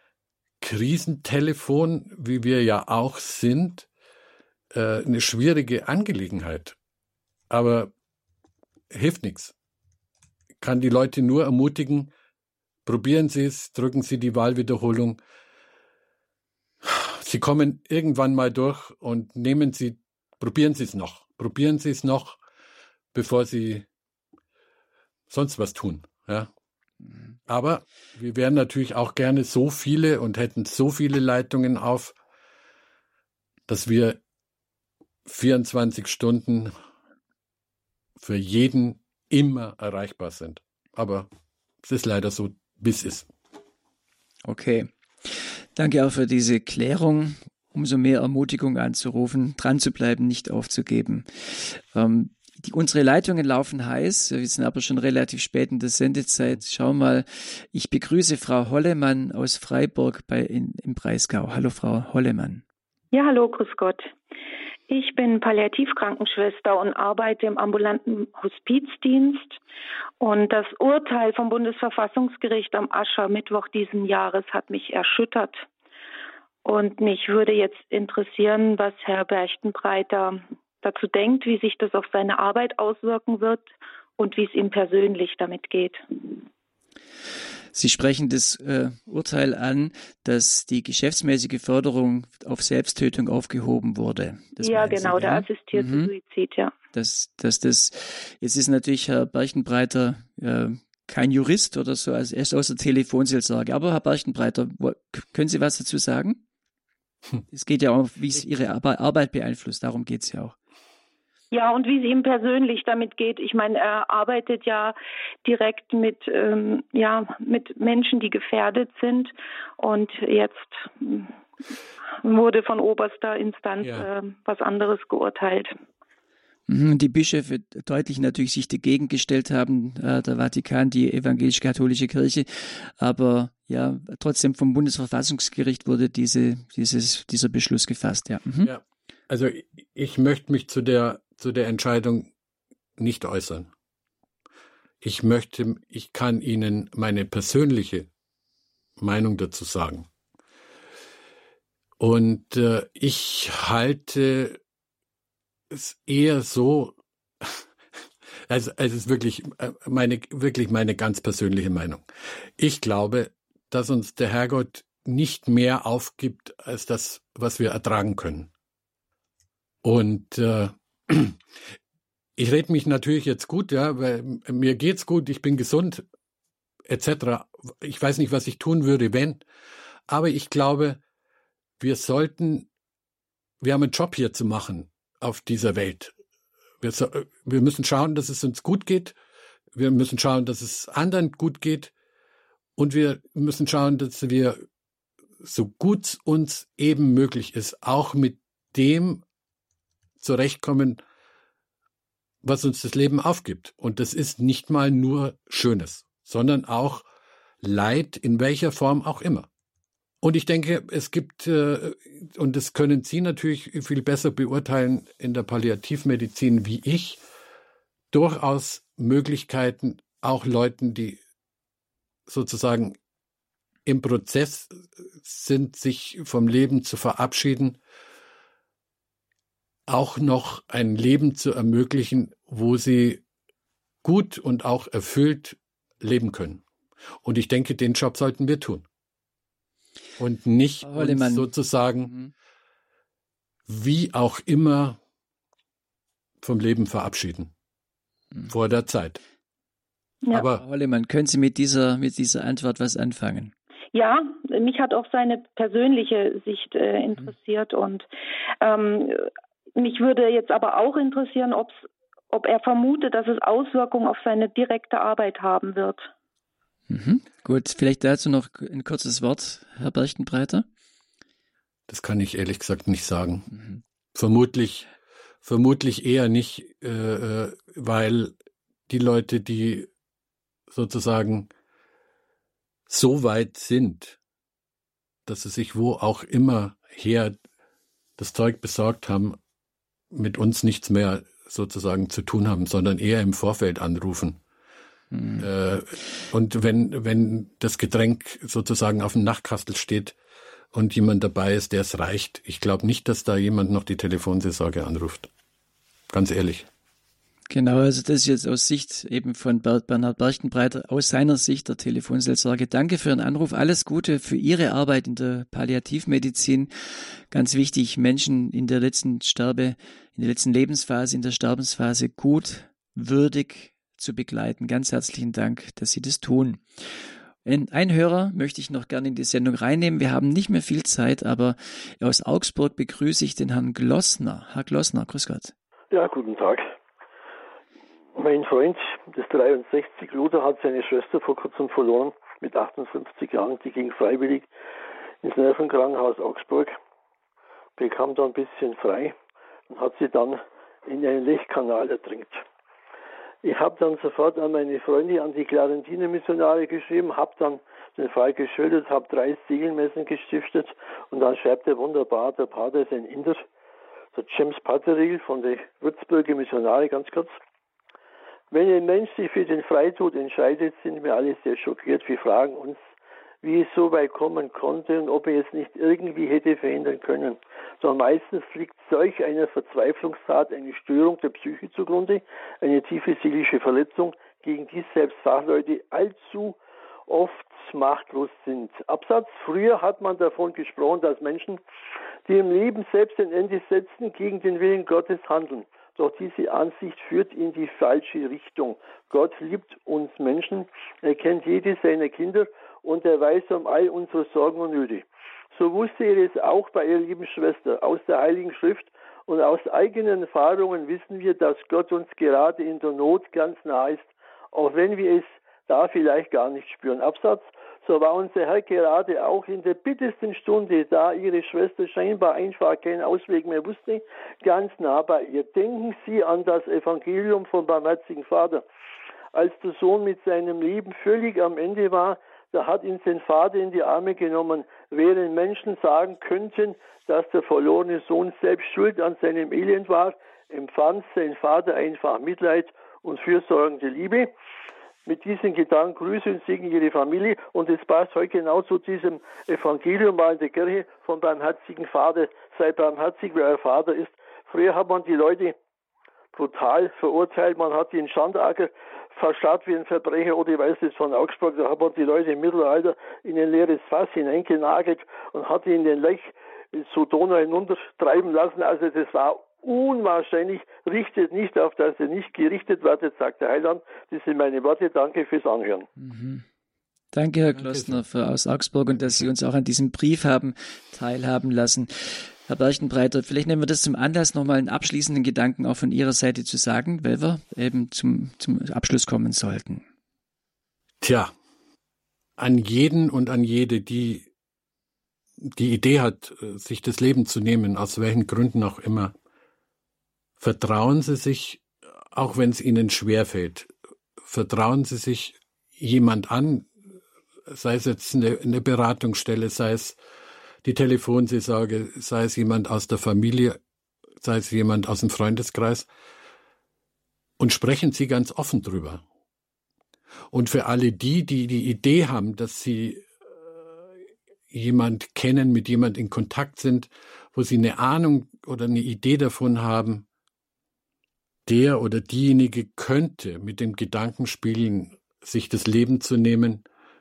Krisentelefon, wie wir ja auch sind, eine schwierige Angelegenheit, aber hilft nichts. Kann die Leute nur ermutigen, probieren Sie es, drücken Sie die Wahlwiederholung. Sie kommen irgendwann mal durch und nehmen Sie, probieren Sie es noch, probieren Sie es noch, bevor Sie sonst was tun. Ja. Aber wir wären natürlich auch gerne so viele und hätten so viele Leitungen auf, dass wir vierundzwanzig Stunden für jeden immer erreichbar sind. Aber es ist leider so, wie es ist. Okay. Danke auch für diese Klärung. Umso mehr Ermutigung anzurufen, dran zu bleiben, nicht aufzugeben. Ähm, die, unsere Leitungen laufen heiß. Wir sind aber schon relativ spät in der Sendezeit. Schau mal, ich begrüße Frau Hollemann aus Freiburg bei, in, im Breisgau. Hallo, Frau Hollemann. Ja, hallo, grüß Gott. Ich bin Palliativkrankenschwester und arbeite im ambulanten Hospizdienst. Und das Urteil vom Bundesverfassungsgericht am Aschermittwoch diesen Jahres hat mich erschüttert. Und mich würde jetzt interessieren, was Herr Berchtenbreiter dazu denkt, wie sich das auf seine Arbeit auswirken wird und wie es ihm persönlich damit geht. Sie sprechen das äh, Urteil an, dass die geschäftsmäßige Förderung auf Selbsttötung aufgehoben wurde. Das ja, genau, Sie, der ja? assistierte mhm. Suizid, ja. Das, das, das, jetzt ist natürlich Herr Berchtenbreiter äh, kein Jurist oder so, also er ist aus der Telefonseelsorge. Aber Herr Berchtenbreiter, können Sie was dazu sagen? Es geht ja auch, wie es Ihre Arbeit beeinflusst, darum geht es ja auch. Ja, und wie es ihm persönlich damit geht. Ich meine, er arbeitet ja direkt mit, ähm, ja, mit Menschen, die gefährdet sind. Und jetzt wurde von oberster Instanz ja. äh, was anderes geurteilt. Die Bischöfe deutlich natürlich sich dagegen gestellt haben, äh, der Vatikan, die evangelisch-katholische Kirche, aber ja, trotzdem vom Bundesverfassungsgericht wurde diese, dieses, dieser Beschluss gefasst. Ja. Mhm. Ja, also ich möchte mich zu der, zu der Entscheidung nicht äußern. Ich möchte, ich kann Ihnen meine persönliche Meinung dazu sagen. Und äh, ich halte es eher so, also es ist wirklich meine, wirklich meine ganz persönliche Meinung. Ich glaube, dass uns der Herrgott nicht mehr aufgibt, als das, was wir ertragen können. Und äh, ich rede mich natürlich jetzt gut, ja, weil mir geht's gut, ich bin gesund, et cetera. Ich weiß nicht, was ich tun würde, wenn. Aber ich glaube, wir sollten, wir haben einen Job hier zu machen auf dieser Welt. Wir, so, wir müssen schauen, dass es uns gut geht. Wir müssen schauen, dass es anderen gut geht. Und wir müssen schauen, dass wir, so gut uns eben möglich ist, auch mit dem zurechtkommen, was uns das Leben aufgibt. Und das ist nicht mal nur Schönes, sondern auch Leid, in welcher Form auch immer. Und ich denke, es gibt, äh, und das können Sie natürlich viel besser beurteilen in der Palliativmedizin wie ich, durchaus Möglichkeiten, auch Leuten, die sozusagen im Prozess sind, sich vom Leben zu verabschieden, auch noch ein Leben zu ermöglichen, wo sie gut und auch erfüllt leben können. Und ich denke, den Job sollten wir tun. Und nicht uns sozusagen, mhm. wie auch immer, vom Leben verabschieden. Mhm. Vor der Zeit. Ja. Aber Frau Hollemann, können Sie mit dieser, mit dieser Antwort was anfangen? Ja, mich hat auch seine persönliche Sicht äh, interessiert. Mhm. Und ähm, mich würde jetzt aber auch interessieren, ob's, ob er vermutet, dass es Auswirkungen auf seine direkte Arbeit haben wird. Mhm. Gut, vielleicht dazu noch ein kurzes Wort, Herr Berchtenbreiter. Das kann ich ehrlich gesagt nicht sagen. Mhm. Vermutlich, vermutlich eher nicht, äh, weil die Leute, die sozusagen so weit sind, dass sie sich wo auch immer her das Zeug besorgt haben, mit uns nichts mehr sozusagen zu tun haben, sondern eher im Vorfeld anrufen. Mhm. Äh, und wenn, wenn das Getränk sozusagen auf dem Nachtkastel steht und jemand dabei ist, der es reicht, ich glaube nicht, dass da jemand noch die Telefonseelsorge anruft. Ganz ehrlich. Genau, also das ist jetzt aus Sicht eben von Bernhard Berchtenbreiter, aus seiner Sicht der Telefonseelsorge. Danke für Ihren Anruf. Alles Gute für Ihre Arbeit in der Palliativmedizin. Ganz wichtig, Menschen in der letzten Sterbe, in der letzten Lebensphase, in der Sterbensphase gut, würdig zu begleiten. Ganz herzlichen Dank, dass Sie das tun. Ein Hörer möchte ich noch gerne in die Sendung reinnehmen. Wir haben nicht mehr viel Zeit, aber aus Augsburg begrüße ich den Herrn Glossner. Herr Glossner, grüß Gott. Ja, guten Tag. Mein Freund, das dreiundsechzig, Luther, hat seine Schwester vor kurzem verloren, mit achtundfünfzig Jahren. Die ging freiwillig ins Nervenkrankenhaus Augsburg, bekam da ein bisschen frei und hat sie dann in einen Lechkanal ertränkt. Ich habe dann sofort an meine Freunde, an die Clarentiner-Missionare geschrieben, habe dann den Fall geschildert, habe drei Seelenmessen gestiftet und dann schreibt er wunderbar, der Pater ist ein Inder, der James Patteril von der Würzburger Missionare, ganz kurz. Wenn ein Mensch sich für den Freitod entscheidet, sind wir alle sehr schockiert. Wir fragen uns, wie es so weit kommen konnte und ob er es nicht irgendwie hätte verhindern können. Doch meistens liegt solch einer Verzweiflungstat eine Störung der Psyche zugrunde, eine tiefe seelische Verletzung, gegen die selbst Fachleute allzu oft machtlos sind. Absatz, früher hat man davon gesprochen, dass Menschen, die im Leben selbst ein Ende setzen, gegen den Willen Gottes handeln. Doch diese Ansicht führt in die falsche Richtung. Gott liebt uns Menschen, er kennt jede seiner Kinder und er weiß um all unsere Sorgen und Nöte. So wusste er es auch bei ihrer lieben Schwester. Aus der Heiligen Schrift und aus eigenen Erfahrungen wissen wir, dass Gott uns gerade in der Not ganz nah ist, auch wenn wir es da vielleicht gar nicht spüren. Absatz: So war unser Herr gerade auch in der bittersten Stunde, da ihre Schwester scheinbar einfach keinen Ausweg mehr wusste, ganz nah bei ihr. Denken Sie an das Evangelium vom barmherzigen Vater. Als der Sohn mit seinem Leben völlig am Ende war, da hat ihn sein Vater in die Arme genommen. Während Menschen sagen könnten, dass der verlorene Sohn selbst schuld an seinem Elend war, empfand sein Vater einfach Mitleid und fürsorgende Liebe. Mit diesen Gedanken grüße und segne Ihre Familie, und es passt heute genau zu diesem Evangelium mal in der Kirche vom barmherzigen Vater. Sei barmherzig, wer euer Vater ist. Früher hat man die Leute brutal verurteilt, man hat die in Schandacker verscharrt wie ein Verbrecher, oder ich weiß das von Augsburg, da hat man die Leute im Mittelalter in ein leeres Fass hineingenagelt und hat die in den Lech zu Donau hinuntertreiben lassen. Also das war unwahrscheinlich. Richtet nicht auf, dass ihr nicht gerichtet werdet, sagt der Heiland. Das sind meine Worte. Danke fürs Anhören. Mhm. Danke, Herr Klossner, für, aus Augsburg, und dass Sie uns auch an diesem Brief haben teilhaben lassen. Herr Berchtenbreiter, vielleicht nehmen wir das zum Anlass, nochmal einen abschließenden Gedanken auch von Ihrer Seite zu sagen, weil wir eben zum, zum Abschluss kommen sollten. Tja, an jeden und an jede, die die Idee hat, sich das Leben zu nehmen, aus welchen Gründen auch immer, vertrauen Sie sich, auch wenn es Ihnen schwerfällt, vertrauen Sie sich jemand an, sei es jetzt eine, eine Beratungsstelle, sei es die Telefonseelsorge, sei es jemand aus der Familie, sei es jemand aus dem Freundeskreis, und sprechen Sie ganz offen drüber. Und für alle die, die die Idee haben, dass sie jemand kennen, mit jemand in Kontakt sind, wo sie eine Ahnung oder eine Idee davon haben, der oder diejenige könnte mit dem Gedanken spielen, sich das Leben zu nehmen,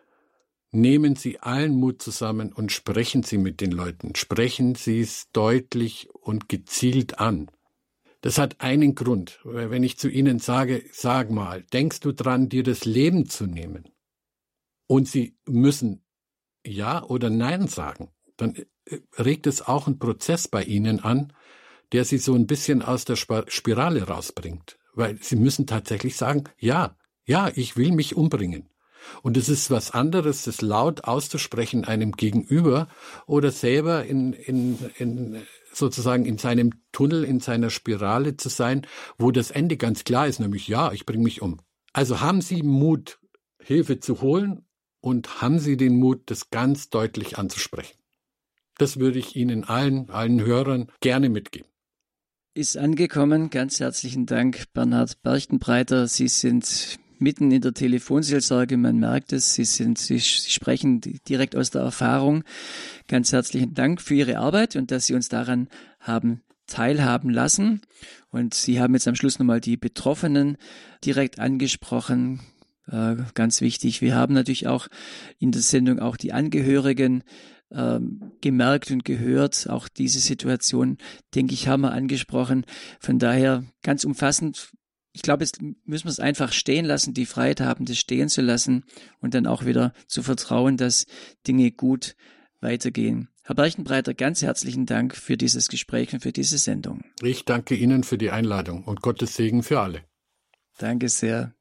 nehmen Sie allen Mut zusammen und sprechen Sie mit den Leuten. Sprechen Sie es deutlich und gezielt an. Das hat einen Grund. Wenn ich zu Ihnen sage, sag mal, denkst du dran, dir das Leben zu nehmen? Und Sie müssen Ja oder Nein sagen, dann regt es auch einen Prozess bei Ihnen an, der Sie so ein bisschen aus der Spirale rausbringt. Weil Sie müssen tatsächlich sagen, ja, ja, ich will mich umbringen. Und es ist was anderes, das laut auszusprechen einem Gegenüber oder selber in, in, in sozusagen in seinem Tunnel, in seiner Spirale zu sein, wo das Ende ganz klar ist, nämlich ja, ich bringe mich um. Also haben Sie Mut, Hilfe zu holen, und haben Sie den Mut, das ganz deutlich anzusprechen. Das würde ich Ihnen allen, allen Hörern gerne mitgeben. Ist angekommen. Ganz herzlichen Dank, Bernhard Berchtenbreiter. Sie sind mitten in der Telefonseelsorge, man merkt es. Sie sind, Sie, Sie sprechen direkt aus der Erfahrung. Ganz herzlichen Dank für Ihre Arbeit und dass Sie uns daran haben teilhaben lassen. Und Sie haben jetzt am Schluss nochmal die Betroffenen direkt angesprochen. Äh, ganz wichtig. Wir haben natürlich auch in der Sendung auch die Angehörigen äh, gemerkt und gehört. Auch diese Situation, denke ich, haben wir angesprochen. Von daher ganz umfassend. Ich glaube, jetzt müssen wir es einfach stehen lassen, die Freiheit haben, das stehen zu lassen und dann auch wieder zu vertrauen, dass Dinge gut weitergehen. Herr Berchtenbreiter, ganz herzlichen Dank für dieses Gespräch und für diese Sendung. Ich danke Ihnen für die Einladung und Gottes Segen für alle. Danke sehr.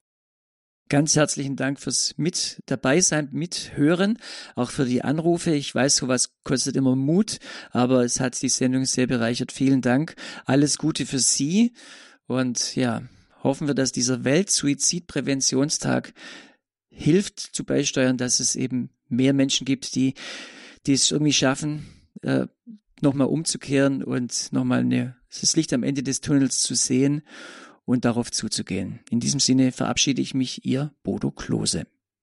Ganz herzlichen Dank fürs mit dabei sein, mithören, auch für die Anrufe. Ich weiß, sowas kostet immer Mut, aber es hat die Sendung sehr bereichert. Vielen Dank. Alles Gute für Sie und ja, hoffen wir, dass dieser Weltsuizidpräventionstag hilft zu beisteuern, dass es eben mehr Menschen gibt, die, die es irgendwie schaffen, äh, nochmal umzukehren und nochmal eine, das Licht am Ende des Tunnels zu sehen und darauf zuzugehen. In diesem Sinne verabschiede ich mich, Ihr Bodo Klose.